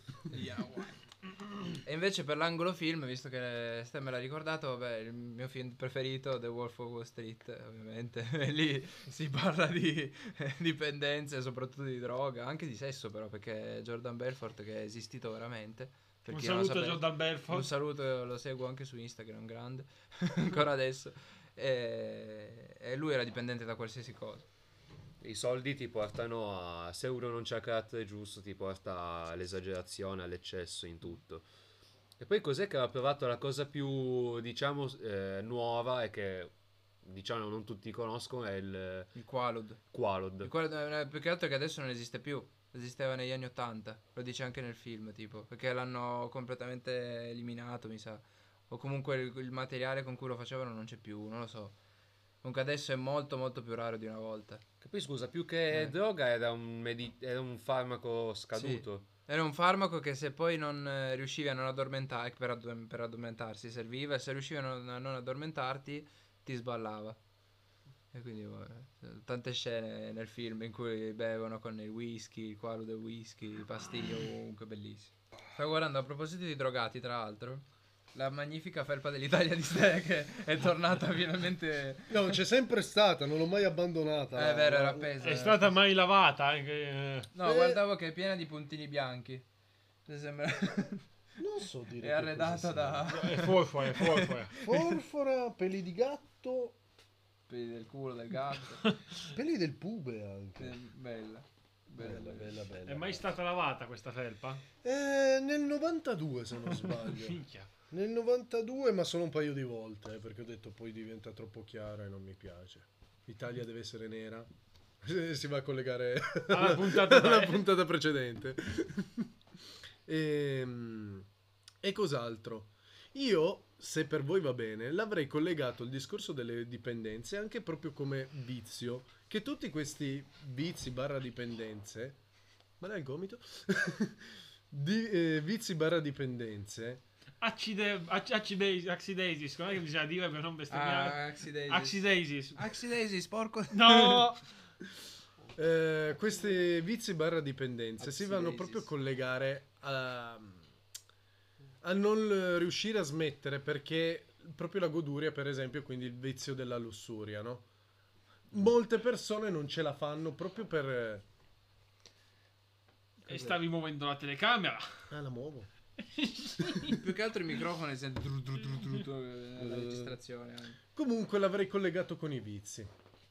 E invece per l'angolo film, visto che Ste me l'ha ricordato, vabbè, il mio film preferito, The Wolf of Wall Street, ovviamente. E lì si parla di dipendenze, soprattutto di droga, anche di sesso però, perché Jordan Belfort che è esistito veramente. Per Un chi non lo saluto a sapesse. Jordan Belfort. Un saluto, lo seguo anche su Instagram, grande, ancora adesso. E lui era dipendente da qualsiasi cosa. I soldi ti portano a... se uno non c'ha carattere giusto ti porta all'esagerazione, all'eccesso in tutto. E poi cos'è che aveva provato la cosa più, diciamo, nuova e che, diciamo, non tutti conoscono è il Il Qualud. Qualod. Il Qualud più che altro che adesso non esiste più. Esisteva negli anni 80, lo dice anche nel film, tipo, perché l'hanno completamente eliminato, mi sa. O comunque il materiale con cui lo facevano non c'è più, non lo so. Comunque adesso è molto molto più raro di una volta. Che poi scusa, più che droga era era un farmaco scaduto. Era un farmaco che se poi non riuscivi a non addormentare, per addormentarsi serviva, e se riuscivi a non addormentarti ti sballava. E quindi tante scene nel film in cui bevono con il whisky, il quadro del whisky, pastiglie ovunque, bellissimo. Stavo guardando a proposito di drogati, tra l'altro, la magnifica felpa dell'Italia di Ste che è tornata finalmente. No, c'è sempre stata, non l'ho mai abbandonata. È vero, era appesa. È stata mai lavata? Anche, No, guardavo che è piena di puntini bianchi. Mi sembra... Non so dire È che arredata cosa da È forfora, è forfora. sia. Forfora, peli di gatto, peli del culo del gatto. peli del pube anche. Bella. Bella, bella, bella. È mai stata lavata questa felpa? Nel 92 se non sbaglio. Minchia. Nel 92, ma solo un paio di volte, perché ho detto poi diventa troppo chiara e non mi piace. L'Italia deve essere nera. Si va a collegare Alla puntata alla tre. puntata precedente. E cos'altro? Io, se per voi va bene, l'avrei collegato il discorso delle dipendenze anche proprio come vizio, che tutti questi vizi barra dipendenze, ma è il gomito? Vizi barra dipendenze, Axidesis, com'è che bisogna dire per non bestemmiare? Axidesis. Axidesis, porco. No! questi vizi barra dipendenze si vanno Axidesis. proprio a collegare a non riuscire a smettere, perché proprio la goduria, per esempio, quindi il vizio della lussuria, no? Molte persone non ce la fanno proprio per... E stavi muovendo la telecamera. Ah, la muovo. Più che altro il microfono sente nella registrazione. Comunque l'avrei collegato con i vizi.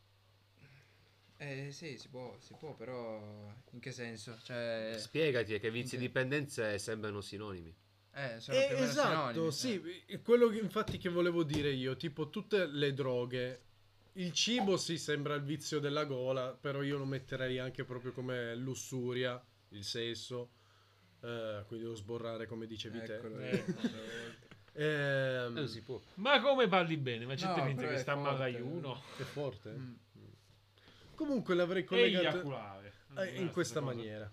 Sì, si può, però in che senso? Cioè, Spiegati che vizi e Ok. dipendenze sembrano sinonimi. sono più o meno Esatto, sinonimi. sì, quello infatti che volevo dire io, tipo tutte le droghe, il cibo sì sembra il vizio della gola, però io lo metterei anche proprio come lussuria, il sesso, quindi lo sborrare come dicevi Eccolo. te. Non si può. Ma come parli bene? Ma c'è No, gente però che è sta a forte. È Magaiuno. forte? Mm. Comunque l'avrei E collegato eiaculare. in questa maniera.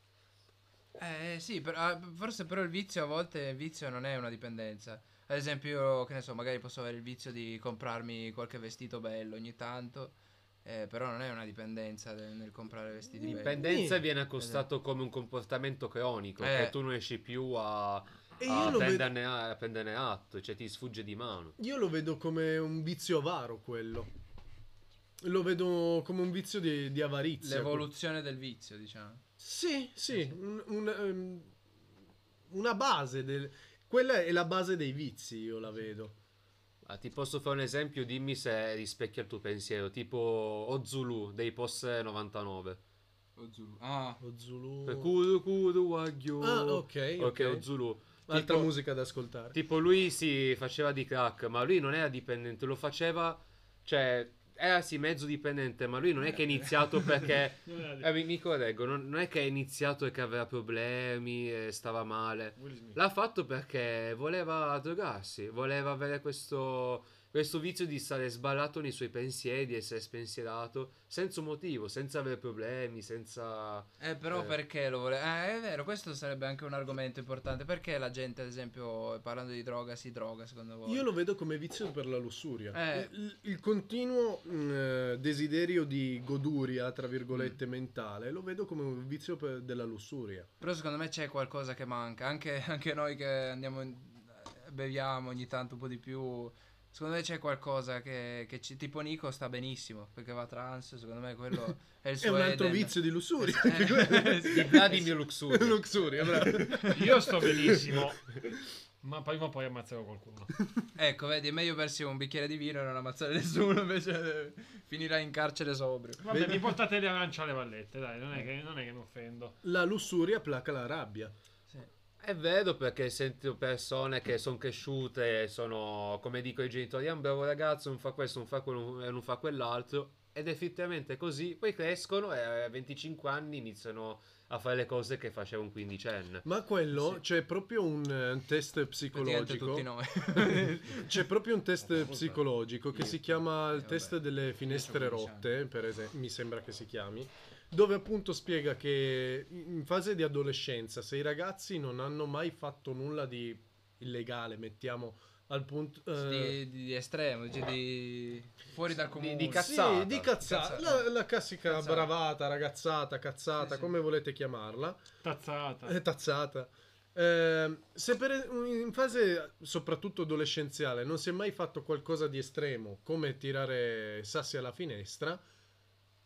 Sì, forse però il vizio a volte non è una dipendenza. Ad esempio, io, che ne so, magari posso avere il vizio di comprarmi qualche vestito bello ogni tanto, però non è una dipendenza nel comprare vestiti belli. Dipendenza Sì. viene accostato come un comportamento cronico, Eh. che tu non riesci più a E io lo, a prenderne atto, cioè ti sfugge di mano. io lo vedo come un vizio avaro quello. Lo vedo come un vizio di avarizia. L'evoluzione del vizio, diciamo. Sì, sì, una base quella è la base dei vizi, io la vedo. Ah, ti posso fare un esempio, dimmi se rispecchia il tuo pensiero, tipo Ozulu dei POS 99. Ah, Lo Zulu. Kuru Kuru Wagyu. Ah, ok. Ok, Ozulu. Altra Tipo- musica da ascoltare. Tipo lui si faceva di crack, ma lui non era dipendente, lo faceva, cioè era sì mezzo dipendente, ma lui non è che è iniziato perché mi correggo, non è che è iniziato e che aveva problemi e stava male. Will Smith. L'ha fatto perché voleva drogarsi, voleva avere questo vizio di stare sballato nei suoi pensieri, di essere spensierato, senza un motivo, senza avere problemi, senza... però perché lo vuole? È vero, questo sarebbe anche un argomento importante. Perché la gente, ad esempio, parlando di droga, si droga, secondo voi? Io lo vedo come vizio per la lussuria. Eh. Il continuo desiderio di goduria, tra virgolette, mentale, lo vedo come un vizio della lussuria. Però secondo me c'è qualcosa che manca. Anche noi che andiamo beviamo ogni tanto un po' di più. Secondo me c'è qualcosa che tipo Nico sta benissimo perché va trans. Secondo me quello è il È suo un altro Eden. vizio di lussuria. Di Vladimir Luxuria. Luxuria, bravo. Io sto benissimo. Ma prima o poi ammazzerò qualcuno. Ecco, vedi, è meglio bersi un bicchiere di vino e non ammazzare nessuno, invece finirà in carcere sobrio. Vabbè, mi portate le arance alle vallette, dai, non è che mi offendo. La lussuria placa la rabbia. Sì. È vero, perché sento persone che sono cresciute, sono, come dico i genitori, è un bravo ragazzo, non fa questo, non fa quello, non fa quell'altro, ed effettivamente è così, poi crescono e a 25 anni iniziano a fare le cose che faceva un quindicenne. Ma quello, Sì. c'è proprio un test Praticamente psicologico. tutti noi. C'è proprio un test psicologico che si chiama il vabbè. test delle finestre Io c'ho 15 rotte, per esempio, mi sembra che si chiami, dove appunto spiega che in fase di adolescenza, se i ragazzi non hanno mai fatto nulla di illegale, mettiamo al punto... di estremo, cioè di fuori dal comune. di cazzata. Sì, di cazzata. Cazzata. La classica Cazzata. bravata, ragazzata, cazzata, Sì, sì. come volete chiamarla. Tazzata. Tazzata. Se in fase soprattutto adolescenziale non si è mai fatto qualcosa di estremo come tirare sassi alla finestra,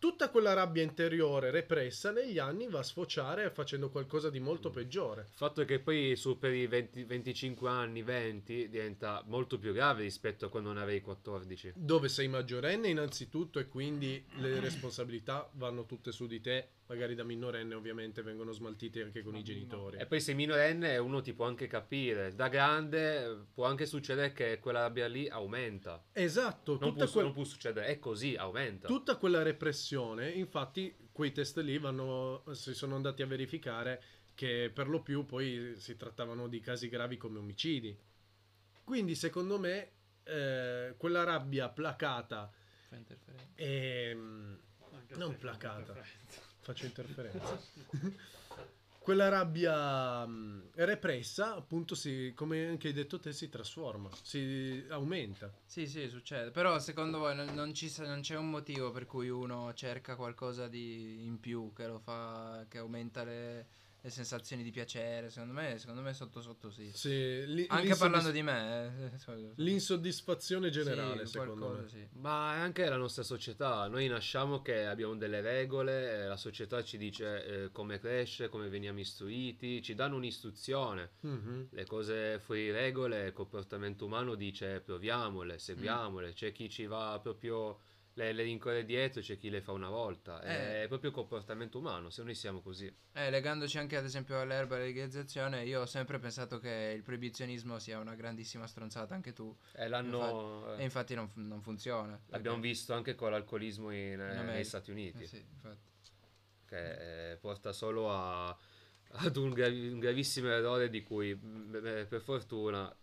tutta quella rabbia interiore repressa negli anni va a sfociare facendo qualcosa di molto peggiore. Il fatto è che poi superi i 25 anni, 20, diventa molto più grave rispetto a quando ne avevi 14. Dove sei maggiorenne innanzitutto e quindi le responsabilità vanno tutte su di te, magari da minorenne ovviamente vengono smaltite anche con i genitori. E poi sei minorenne uno ti può anche capire, da grande può anche succedere che quella rabbia lì aumenta. Esatto, Non può succedere, è così, aumenta. tutta quella repressione, infatti quei test lì si sono andati a verificare che per lo più poi si trattavano di casi gravi come omicidi. Quindi secondo me quella rabbia placata Fa interferenza. e Anche non se fa placata. interferenza. Faccio interferenza. Quella rabbia repressa, appunto, come anche hai detto te, si trasforma, si aumenta. Sì, sì, succede. Però secondo voi non c'è un motivo per cui uno cerca qualcosa di in più che lo fa, che aumenta le sensazioni di piacere? Secondo me sotto sotto sì. Sì, Anche parlando di me. l'insoddisfazione generale, Sì, secondo qualcosa, me. sì. Ma è anche la nostra società, noi nasciamo che abbiamo delle regole, la società ci dice come cresce, come veniamo istruiti, ci danno un'istruzione. Mhm. Le cose fuori regole, il comportamento umano dice proviamole, seguiamole, c'è chi ci va proprio, le rincorre dietro, c'è chi le fa una volta, è proprio il comportamento umano, se noi siamo così. Legandoci anche ad esempio all'erba e alla legalizzazione, io ho sempre pensato che il proibizionismo sia una grandissima stronzata, anche tu. E l'hanno, E infatti non funziona. l'abbiamo visto anche con l'alcolismo America. negli Stati Uniti, Sì, infatti. che porta solo ad un gravissimo errore di cui per fortuna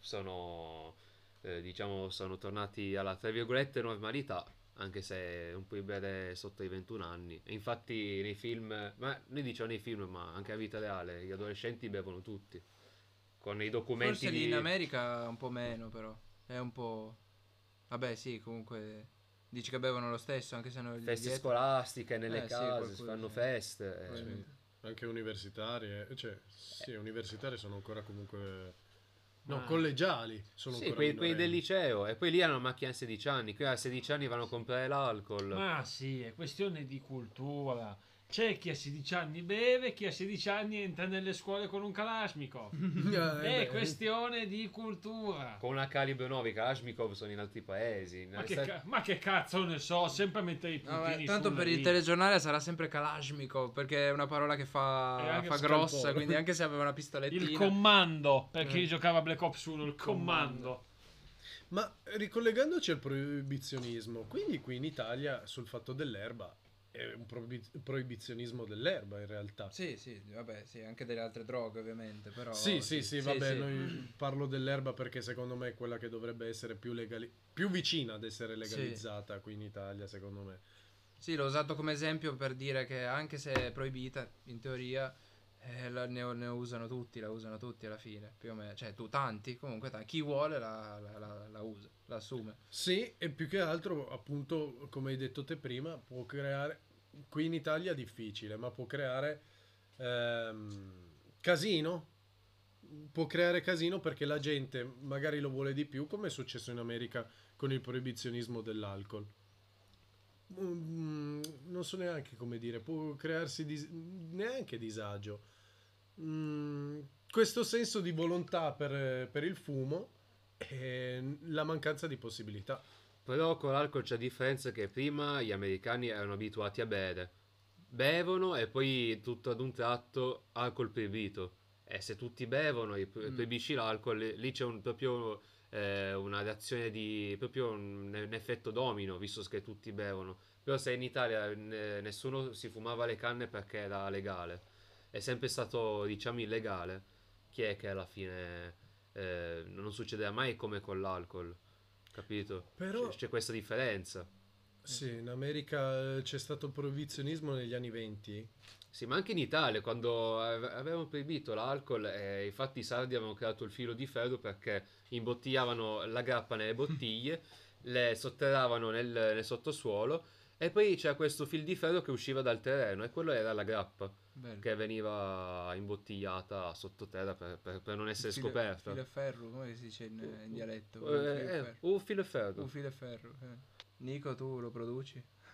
sono tornati alla tra virgolette normalità, anche se non puoi bere sotto i 21 anni. E infatti nei film, ma noi diciamo nei film, ma anche a vita reale, gli adolescenti bevono tutti. Con i documenti Forse lì di... in America un po' meno, però. È un po'... Vabbè, sì, comunque... Dici che bevono lo stesso, anche se non gli feste vietano. scolastiche nelle Sì, case, qualcosa, si fanno sì. feste. Probabilmente. Anche universitarie, cioè, sì, universitarie sono ancora comunque... No, Ma- collegiali sono Sì, ancora quei del minorenni. liceo. E poi lì hanno macchina a 16 anni, qui a 16 anni vanno a comprare l'alcol. Ma sì, è questione di cultura. C'è chi a 16 anni beve, chi a 16 anni entra nelle scuole con un Kalashnikov. È Beh, questione di cultura. Con una calibro 9, i Kalashnikov sono in altri paesi. Ma che cazzo ne so, sempre mettere i No, puntini tanto sulle per il i. telegiornale sarà sempre Kalashnikov, perché è una parola che E fa anche grossa, scalpore. quindi anche se aveva una pistolettina. Il comando, per chi giocava a Black Ops 1, il comando. Ma ricollegandoci al proibizionismo, quindi qui in Italia sul fatto dell'erba è un proibizionismo dell'erba in realtà. Sì, sì, vabbè, sì, anche delle altre droghe ovviamente, però... Sì, vabbè, sì. noi parlo dell'erba perché secondo me è quella che dovrebbe essere più vicina ad essere legalizzata qui in Italia, secondo me. Sì, l'ho usato come esempio per dire che anche se è proibita, in teoria, ne usano tutti, la usano tutti alla fine, più o meno. Cioè, tanti, comunque, chi vuole la usa, la assume. Sì, e più che altro, appunto, come hai detto te prima, può creare, qui in Italia è difficile, ma può creare casino. Può creare casino perché la gente magari lo vuole di più, come è successo in America con il proibizionismo dell'alcol. Non so neanche come dire, può crearsi neanche disagio. Questo senso di volontà per il fumo e la mancanza di possibilità. Però con l'alcol c'è la differenza che prima gli americani erano abituati a bere. Bevono e poi tutto ad un tratto alcol proibito. E se tutti bevono e proibisci l'alcol, lì c'è proprio una reazione di proprio un effetto domino, visto che tutti bevono. Però se in Italia nessuno si fumava le canne perché era legale, è sempre stato diciamo illegale, chi è che alla fine non succederà mai come con l'alcol, capito? Però- C'è questa differenza. Sì, in America c'è stato il proibizionismo negli anni 20. Sì, ma anche in Italia, quando avevano proibito l'alcol, infatti i sardi avevano creato il filo di ferro perché imbottigliavano la grappa nelle bottiglie, le sotterravano nel sottosuolo e poi c'era questo fil di ferro che usciva dal terreno e quello era la grappa Bello. che veniva imbottigliata sottoterra per non essere scoperta. Filo e ferro, come si dice in dialetto? Un filo e ferro. Un filo e ferro. Nico, tu lo produci?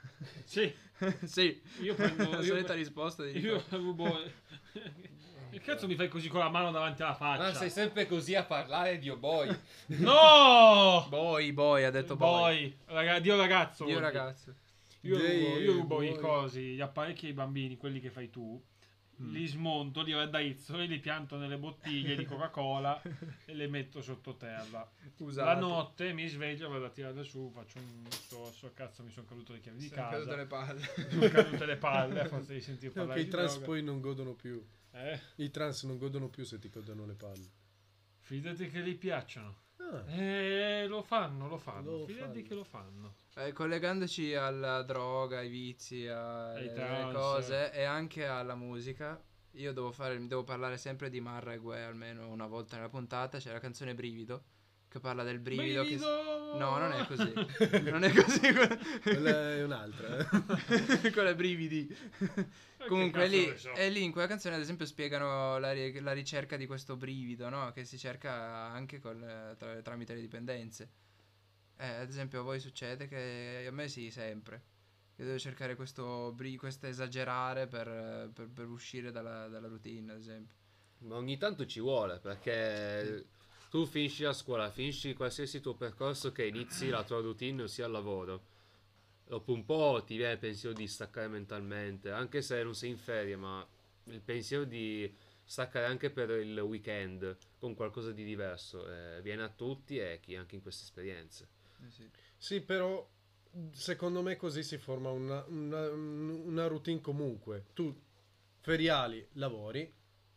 Sì, Sì, io prendo... la solita risposta di Io rubo... Che cazzo mi fai così con la mano davanti alla faccia? Ma sei sempre così a parlare di Oboi. No! Boy, ha detto boy. Dio ragazzo. Io vuol dire. ragazzo. Io rubo i boy. cosi, gli apparecchi ai bambini, quelli che fai tu. Li smonto, li raddrizzo e li pianto nelle bottiglie di Coca-Cola e le metto sottoterra. La notte mi sveglio, vado a tirare su, faccio un discorso, cazzo mi sono cadute le chiavi di Sono cadute casa, le palle. sono cadute le palle a forza di sentire No, parlare che i di trans droga. poi non godono più. Eh? I trans non godono più se ti godono le palle. Fidati che gli piacciono. Ah, Lo fanno. Lo Fidati fanno. che lo fanno. Collegandoci alla droga, ai vizi, Ai alle trans. cose e anche alla musica, io devo parlare sempre di Marra e Gue almeno una volta nella puntata. C'è la canzone Brivido che parla del brivido. No, non è così. Non è così. quella è un'altra. Quella è brividi. Che Comunque cazzo lì, ne so. e lì in quella canzone ad esempio spiegano la ricerca di questo brivido, no? Che si cerca anche tramite le dipendenze. Ad esempio a voi succede che a me sì, sempre. Che devo cercare questo esagerare per uscire dalla routine, ad esempio. Ma ogni tanto ci vuole, perché tu finisci la scuola, finisci qualsiasi tuo percorso che inizi la tua routine, ossia il lavoro. Dopo un po' ti viene il pensiero di staccare mentalmente, anche se non sei in ferie, ma il pensiero di staccare anche per il weekend con qualcosa di diverso viene a tutti e chi anche in queste esperienze. Sì. Sì, però secondo me così si forma una routine comunque. Tu feriali lavori,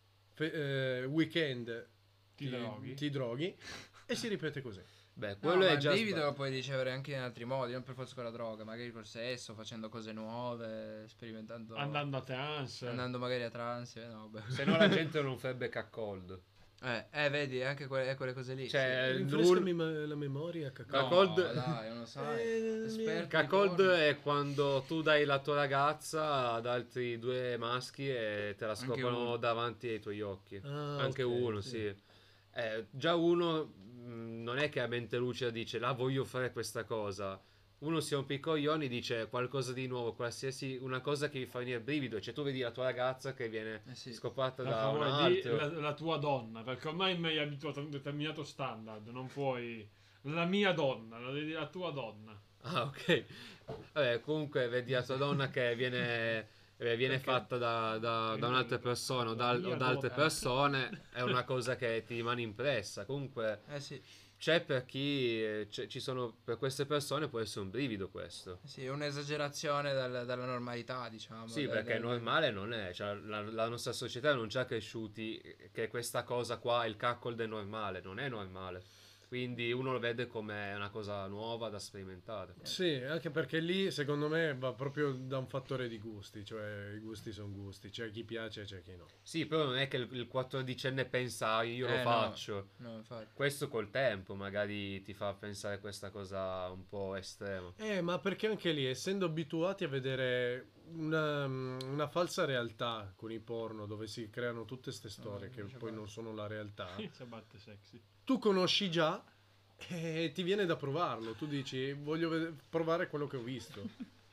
weekend ti droghi e si ripete così. Beh, No, quello ma è il già brivido lo sbagliato. puoi ricevere anche in altri modi, non per forza con la droga, magari col sesso, facendo cose nuove, sperimentando, Andando a trance. andando magari a trans, no, beh. Se no la gente non farebbe cold. Vedi, anche quelle cose lì. Cioè, Rinfrescami la memoria, sì. cacao. No, Cold- dai, non lo sai. Esperto di Cacold porno. è quando tu dai la tua ragazza ad altri due maschi e te la Anche scoprono uno. davanti ai tuoi occhi. Ah, Anche ok, uno, sì. Già uno non è che a mente lucida dice la voglio fare questa cosa. Uno si rompe i coglioni, dice qualcosa di nuovo, qualsiasi una cosa che gli fa venire il brivido. Cioè tu vedi la tua ragazza che viene Sì. scoperta Per da un favore, di altro. la tua donna, perché ormai mi hai abituato a un determinato standard, non puoi... La mia donna, la devi dire la tua donna. Ah, ok. Vabbè, comunque vedi la tua donna che viene fatta da un'altra persona o da altre persone, è una cosa che ti rimane impressa. Comunque Sì. c'è per chi, ci sono, per queste persone può essere un brivido questo. Sì, un'esagerazione dalla normalità, diciamo. Sì, perché normale non è, cioè, la nostra società non ci ha cresciuti che questa cosa qua, il cuckold è normale, non è normale. Quindi uno lo vede come una cosa nuova da sperimentare. Sì, anche perché lì secondo me va proprio da un fattore di gusti, cioè i gusti sono gusti, c'è chi piace e c'è chi no. Sì, però non è che il 14enne pensa "Ah, io lo no. faccio". No, infatti. Questo col tempo magari ti fa pensare questa cosa un po' estrema. Ma perché anche lì, essendo abituati a vedere una falsa realtà con i porno, dove si creano tutte queste storie che poi non sono la realtà, Ciabatte sexy. tu conosci già e ti viene da provarlo. Tu dici, voglio provare quello che ho visto.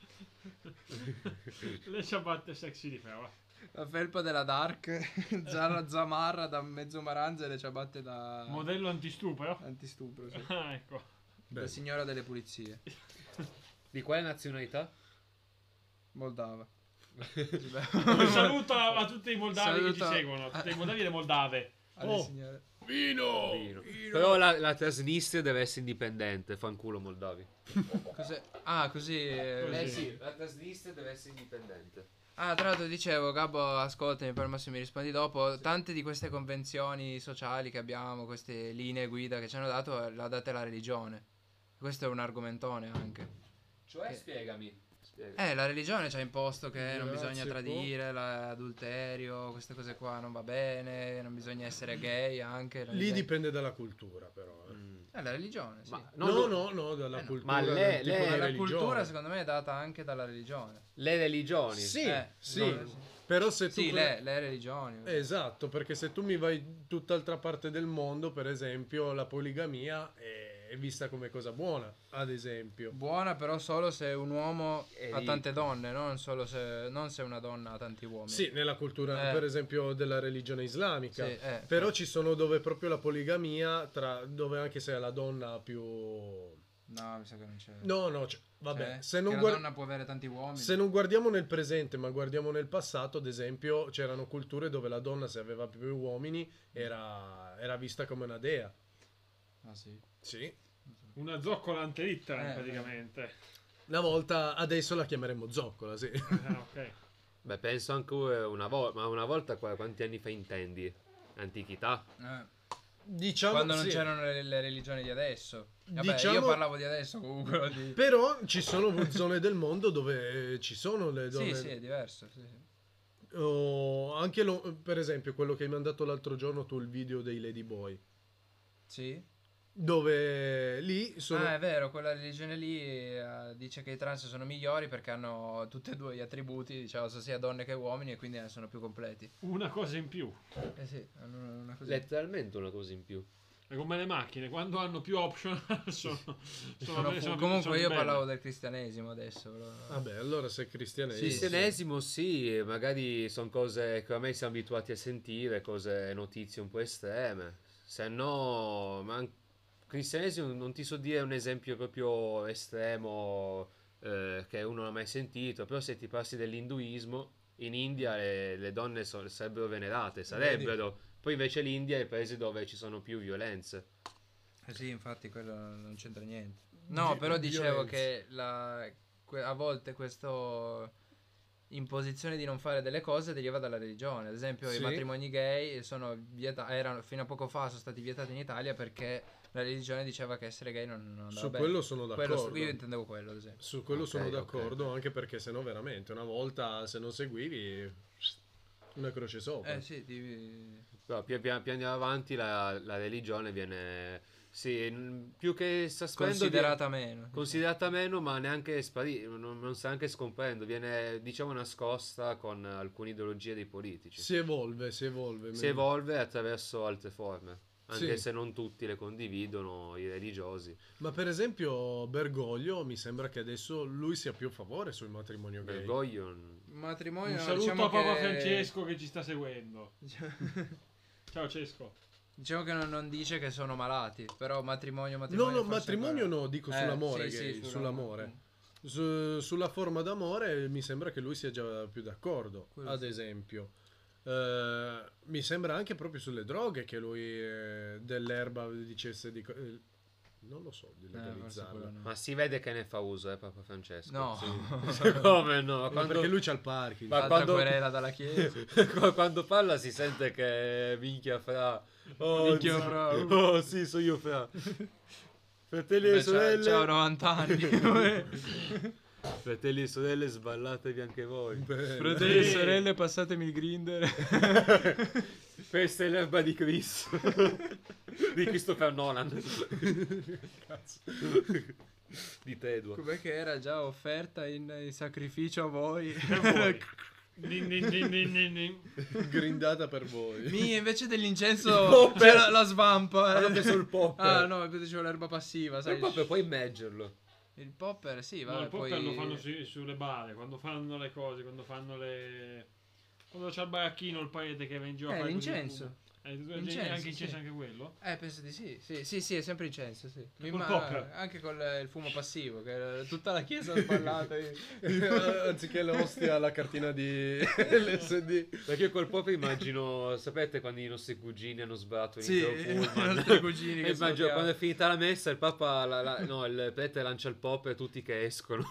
Le ciabatte sexy di Feva. La felpa della Dark, Zara Zamarra da mezzo maranza e le ciabatte da Modello antistupro? antistupro, sì. Ah, ecco. Beh, La signora delle pulizie, Di quale nazionalità? Moldava. Un saluto a tutti i moldavi che ci Saluto- seguono, a tutti i moldavi e le moldave. Alle Oh. signore. vino! Però la Transnistria deve essere indipendente, fanculo Moldavi. Cos'è? Ah, così. Sì. la Transnistria deve essere indipendente. Ah, tra l'altro dicevo, Gabbo, ascoltami, poi al massimo mi rispondi dopo. Tante di queste convenzioni sociali che abbiamo, queste linee guida che ci hanno dato, l'ha date la religione. Questo è un argomentone anche. Cioè, Che- spiegami. La religione ci ha imposto che non Grazie, bisogna tradire, l'adulterio, queste cose qua non va bene, non bisogna essere gay anche. non Lì bisogna- dipende dalla cultura, però. La religione, sì. Ma No, dalla no. cultura. Ma del tipo di La religione. cultura secondo me è data anche dalla religione. le religioni. Sì, sì. no, sì. Però se tu... Sì, le religioni. Esatto, perché se tu mi vai tutt'altra parte del mondo, per esempio, la poligamia è vista come cosa buona, ad esempio. Buona però solo se un uomo E ha lì- tante donne, non se una donna ha tanti uomini. Sì, nella cultura, per esempio, della religione islamica. Sì, Però ci sono dove proprio la poligamia, dove anche se la donna ha più... No, mi sa che non c'è. No, vabbè, Cioè, se non, che la donna può avere tanti uomini. se non guardiamo nel presente, ma guardiamo nel passato, ad esempio, c'erano culture dove la donna, se aveva più uomini, era vista come una dea. Ah sì. Sì. Una zoccola antelittra, Eh. praticamente. Una volta, adesso la chiameremo zoccola, sì. Ok. Beh, penso anche una volta, ma una volta quanti anni fa intendi? Antichità? Diciamo, Quando non sì. c'erano le religioni di adesso. Vabbè, Diciamo- io parlavo di adesso comunque. Di... Però ci sono zone del mondo dove ci sono le donne. Sì, sì, è diverso. Sì, sì. Anche per esempio quello che hai mandato l'altro giorno tu, il video dei Ladyboy, Sì? dove lì sono... Ah, è vero, quella religione lì dice che i trans sono migliori perché hanno tutti e due gli attributi, diciamo, sia donne che uomini, e quindi sono più completi. Una cosa in più. Eh sì, hanno una cosa. Letteralmente una cosa in più. È come le macchine, quando hanno più option sono Comunque io belle. parlavo del cristianesimo adesso. Però... Vabbè, allora se è cristianesimo... Sì, Cristianesimo sì, magari sono cose che ormai siamo abituati a sentire, cose, notizie un po' estreme. Se no, ma cristianesimo non ti so dire un esempio proprio estremo che uno non ha mai sentito, però se ti passi dell'induismo, in India le donne sarebbero venerate, sarebbero. Poi invece l'India è il paese dove ci sono più violenze. Sì, infatti quello non c'entra niente. No, però dicevo che a volte questo imposizione di non fare delle cose deriva dalla religione. Ad esempio, Sì. i matrimoni gay erano fino a poco fa sono stati vietati in Italia perché la religione diceva che essere gay non andava Su bene. quello sono d'accordo. Io intendevo quello, ad esempio. Su quello Ok, sono ok. d'accordo, anche perché sennò veramente una volta se non seguivi una croce sopra. Sì, Però più avanti la religione viene, sì, più che sta sparendo, considerata meno, ma neanche sparire, non sta neanche scomparendo, viene diciamo nascosta con alcune ideologie dei politici. Si evolve. Si evolve attraverso altre forme, anche Sì. se non tutti le condividono, i religiosi. Ma per esempio Bergoglio mi sembra che adesso lui sia più a favore sul matrimonio gay. Bergoglio, matrimonio. Un saluto diciamo a Papa che... Francesco che ci sta seguendo. Ciao Cesco. Diciamo che non dice che sono malati, però matrimonio No, forse matrimonio ancora- no, dico sull'amore sì, gay, sì, sull'amore. Sulla forma d'amore mi sembra che lui sia già più d'accordo, Quello ad sì. esempio. Mi sembra anche proprio sulle droghe che lui dell'erba dicesse di... non lo so, di forse legalizzarla. quello no. ma si vede che ne fa uso, Papa Francesco. No. Sì. Come no? Ma Quando, perché lui c'ha il parking. Ma Altra quando- querela dalla chiesa. quando parla si sente che minchia fra. Oh, Minchia sì. fra. Oh sì, so io fra. Fratelli e Beh, sorelle. c'ha 90 anni. Fratelli e sorelle, sballatevi anche voi. Fratelli e sorelle, passatemi il grinder. Questa è l'erba di Chris. Di Christopher Nolan. Cazzo. Di Tedua. Com'è che era già offerta in sacrificio a voi? Din, din, din, din, din, din. Grindata per voi. Invece Il dell'incenso popper. c'è la svampa. Hanno preso il popper. Ah no, dicevo l'erba passiva, sai? Il popper puoi immergerlo. Il popper, sì, No, vabbè, il popper poi... lo fanno sulle bare, quando fanno le cose, quando fanno le... Quando c'è il baracchino, il paese che va in giro a fare così il l'incenso. fumo. L'incenso, Anche incenso sì. anche quello? Penso di sì. Sì, è sempre incenso, sì. Col popper. Anche con il fumo passivo, che tutta la chiesa sballata. Anziché l'ostia, la cartina di LSD. Perché io col popper immagino, sapete quando i nostri cugini hanno sballato Sì, l'intero i pullman? nostri cugini E che immagino sono quando è finita la messa il papa, no, il prete lancia il popper e tutti che escono.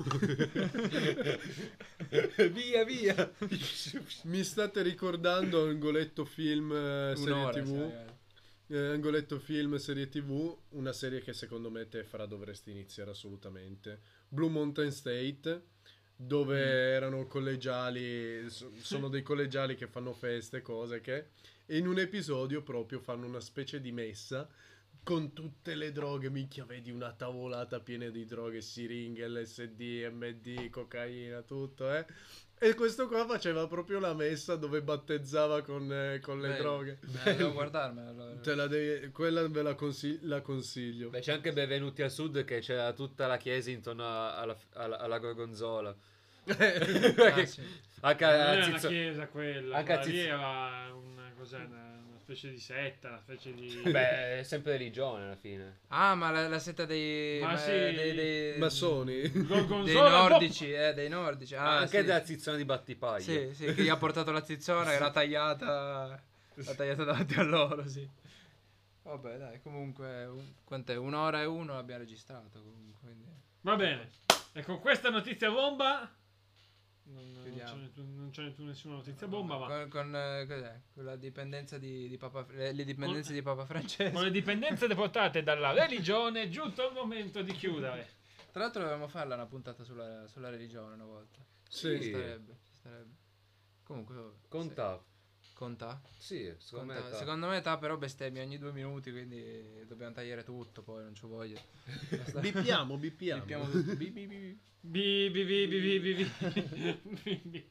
Via, via. Mi state ricordando Angoletto Film, serie un'ora, TV. sì, Angoletto Film, serie TV, una serie che secondo me te Fra dovresti iniziare assolutamente. Blue Mountain State, dove erano collegiali, sono dei collegiali che fanno feste, cose che... E in un episodio proprio fanno una specie di messa con tutte le droghe, minchia, vedi una tavolata piena di droghe, siringhe, LSD, MD, cocaina, tutto, E questo qua faceva proprio la messa dove battezzava con le droghe. Devo guardarmela allora. Quella ve la consiglio. Beh, c'è anche Benvenuti al Sud che c'era tutta la chiesa intorno alla gorgonzola. Ah, sì. Anche Non a era una Zizzo- chiesa quella, anche a quella lì Zizzo- era una specie di setta, una specie di... Beh, è sempre religione alla fine. Ah, ma la setta dei... Ma sì. dei Massoni. dei Gorgonzola, nordici, dei nordici. Ah, Anche sì. della zizzona di Battipaglia. Sì, sì, che gli ha portato la zizzona, che l'ha tagliata davanti a loro, sì. Vabbè, dai, comunque, quant'è? 1 ora e 1 l'abbiamo registrato, comunque, quindi... Va bene, e con questa notizia bomba non Chiudiamo. c'è nessuna notizia bomba, ma Cos'è? Con la dipendenza di Papa... le dipendenze di Papa Francesco. con le dipendenze deportate dalla religione è giunto il momento di chiudere. Tra l'altro dovevamo farla una puntata sulla religione una volta. Sì. Ci starebbe. Comunque, vabbè, Conta. sì. Conta? Sì, secondo me. Secondo me però bestemmia ogni 2 minuti, quindi dobbiamo tagliare tutto, poi non ci voglio. Basta. Bippiamo. Bippiamo tutto. Bi, bi, bi, bi. Bi, bi, bi, bi, bi, bi, bi, bi.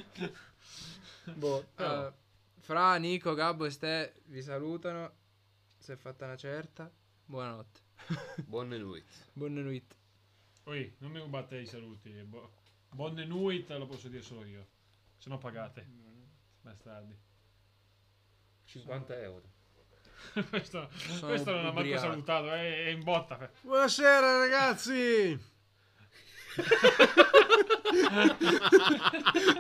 Boh, Fra, Nico, Gabbo e Ste vi salutano. Si è fatta una certa. Buonanotte. Buone nuit. Buona notte. Poi non mi rubate i saluti. Bonne nuit lo posso dire solo io. Se no pagate. Bastardi. 50 euro. questo Sono non ha manco ubriaco. salutato, è in botta. Buonasera ragazzi.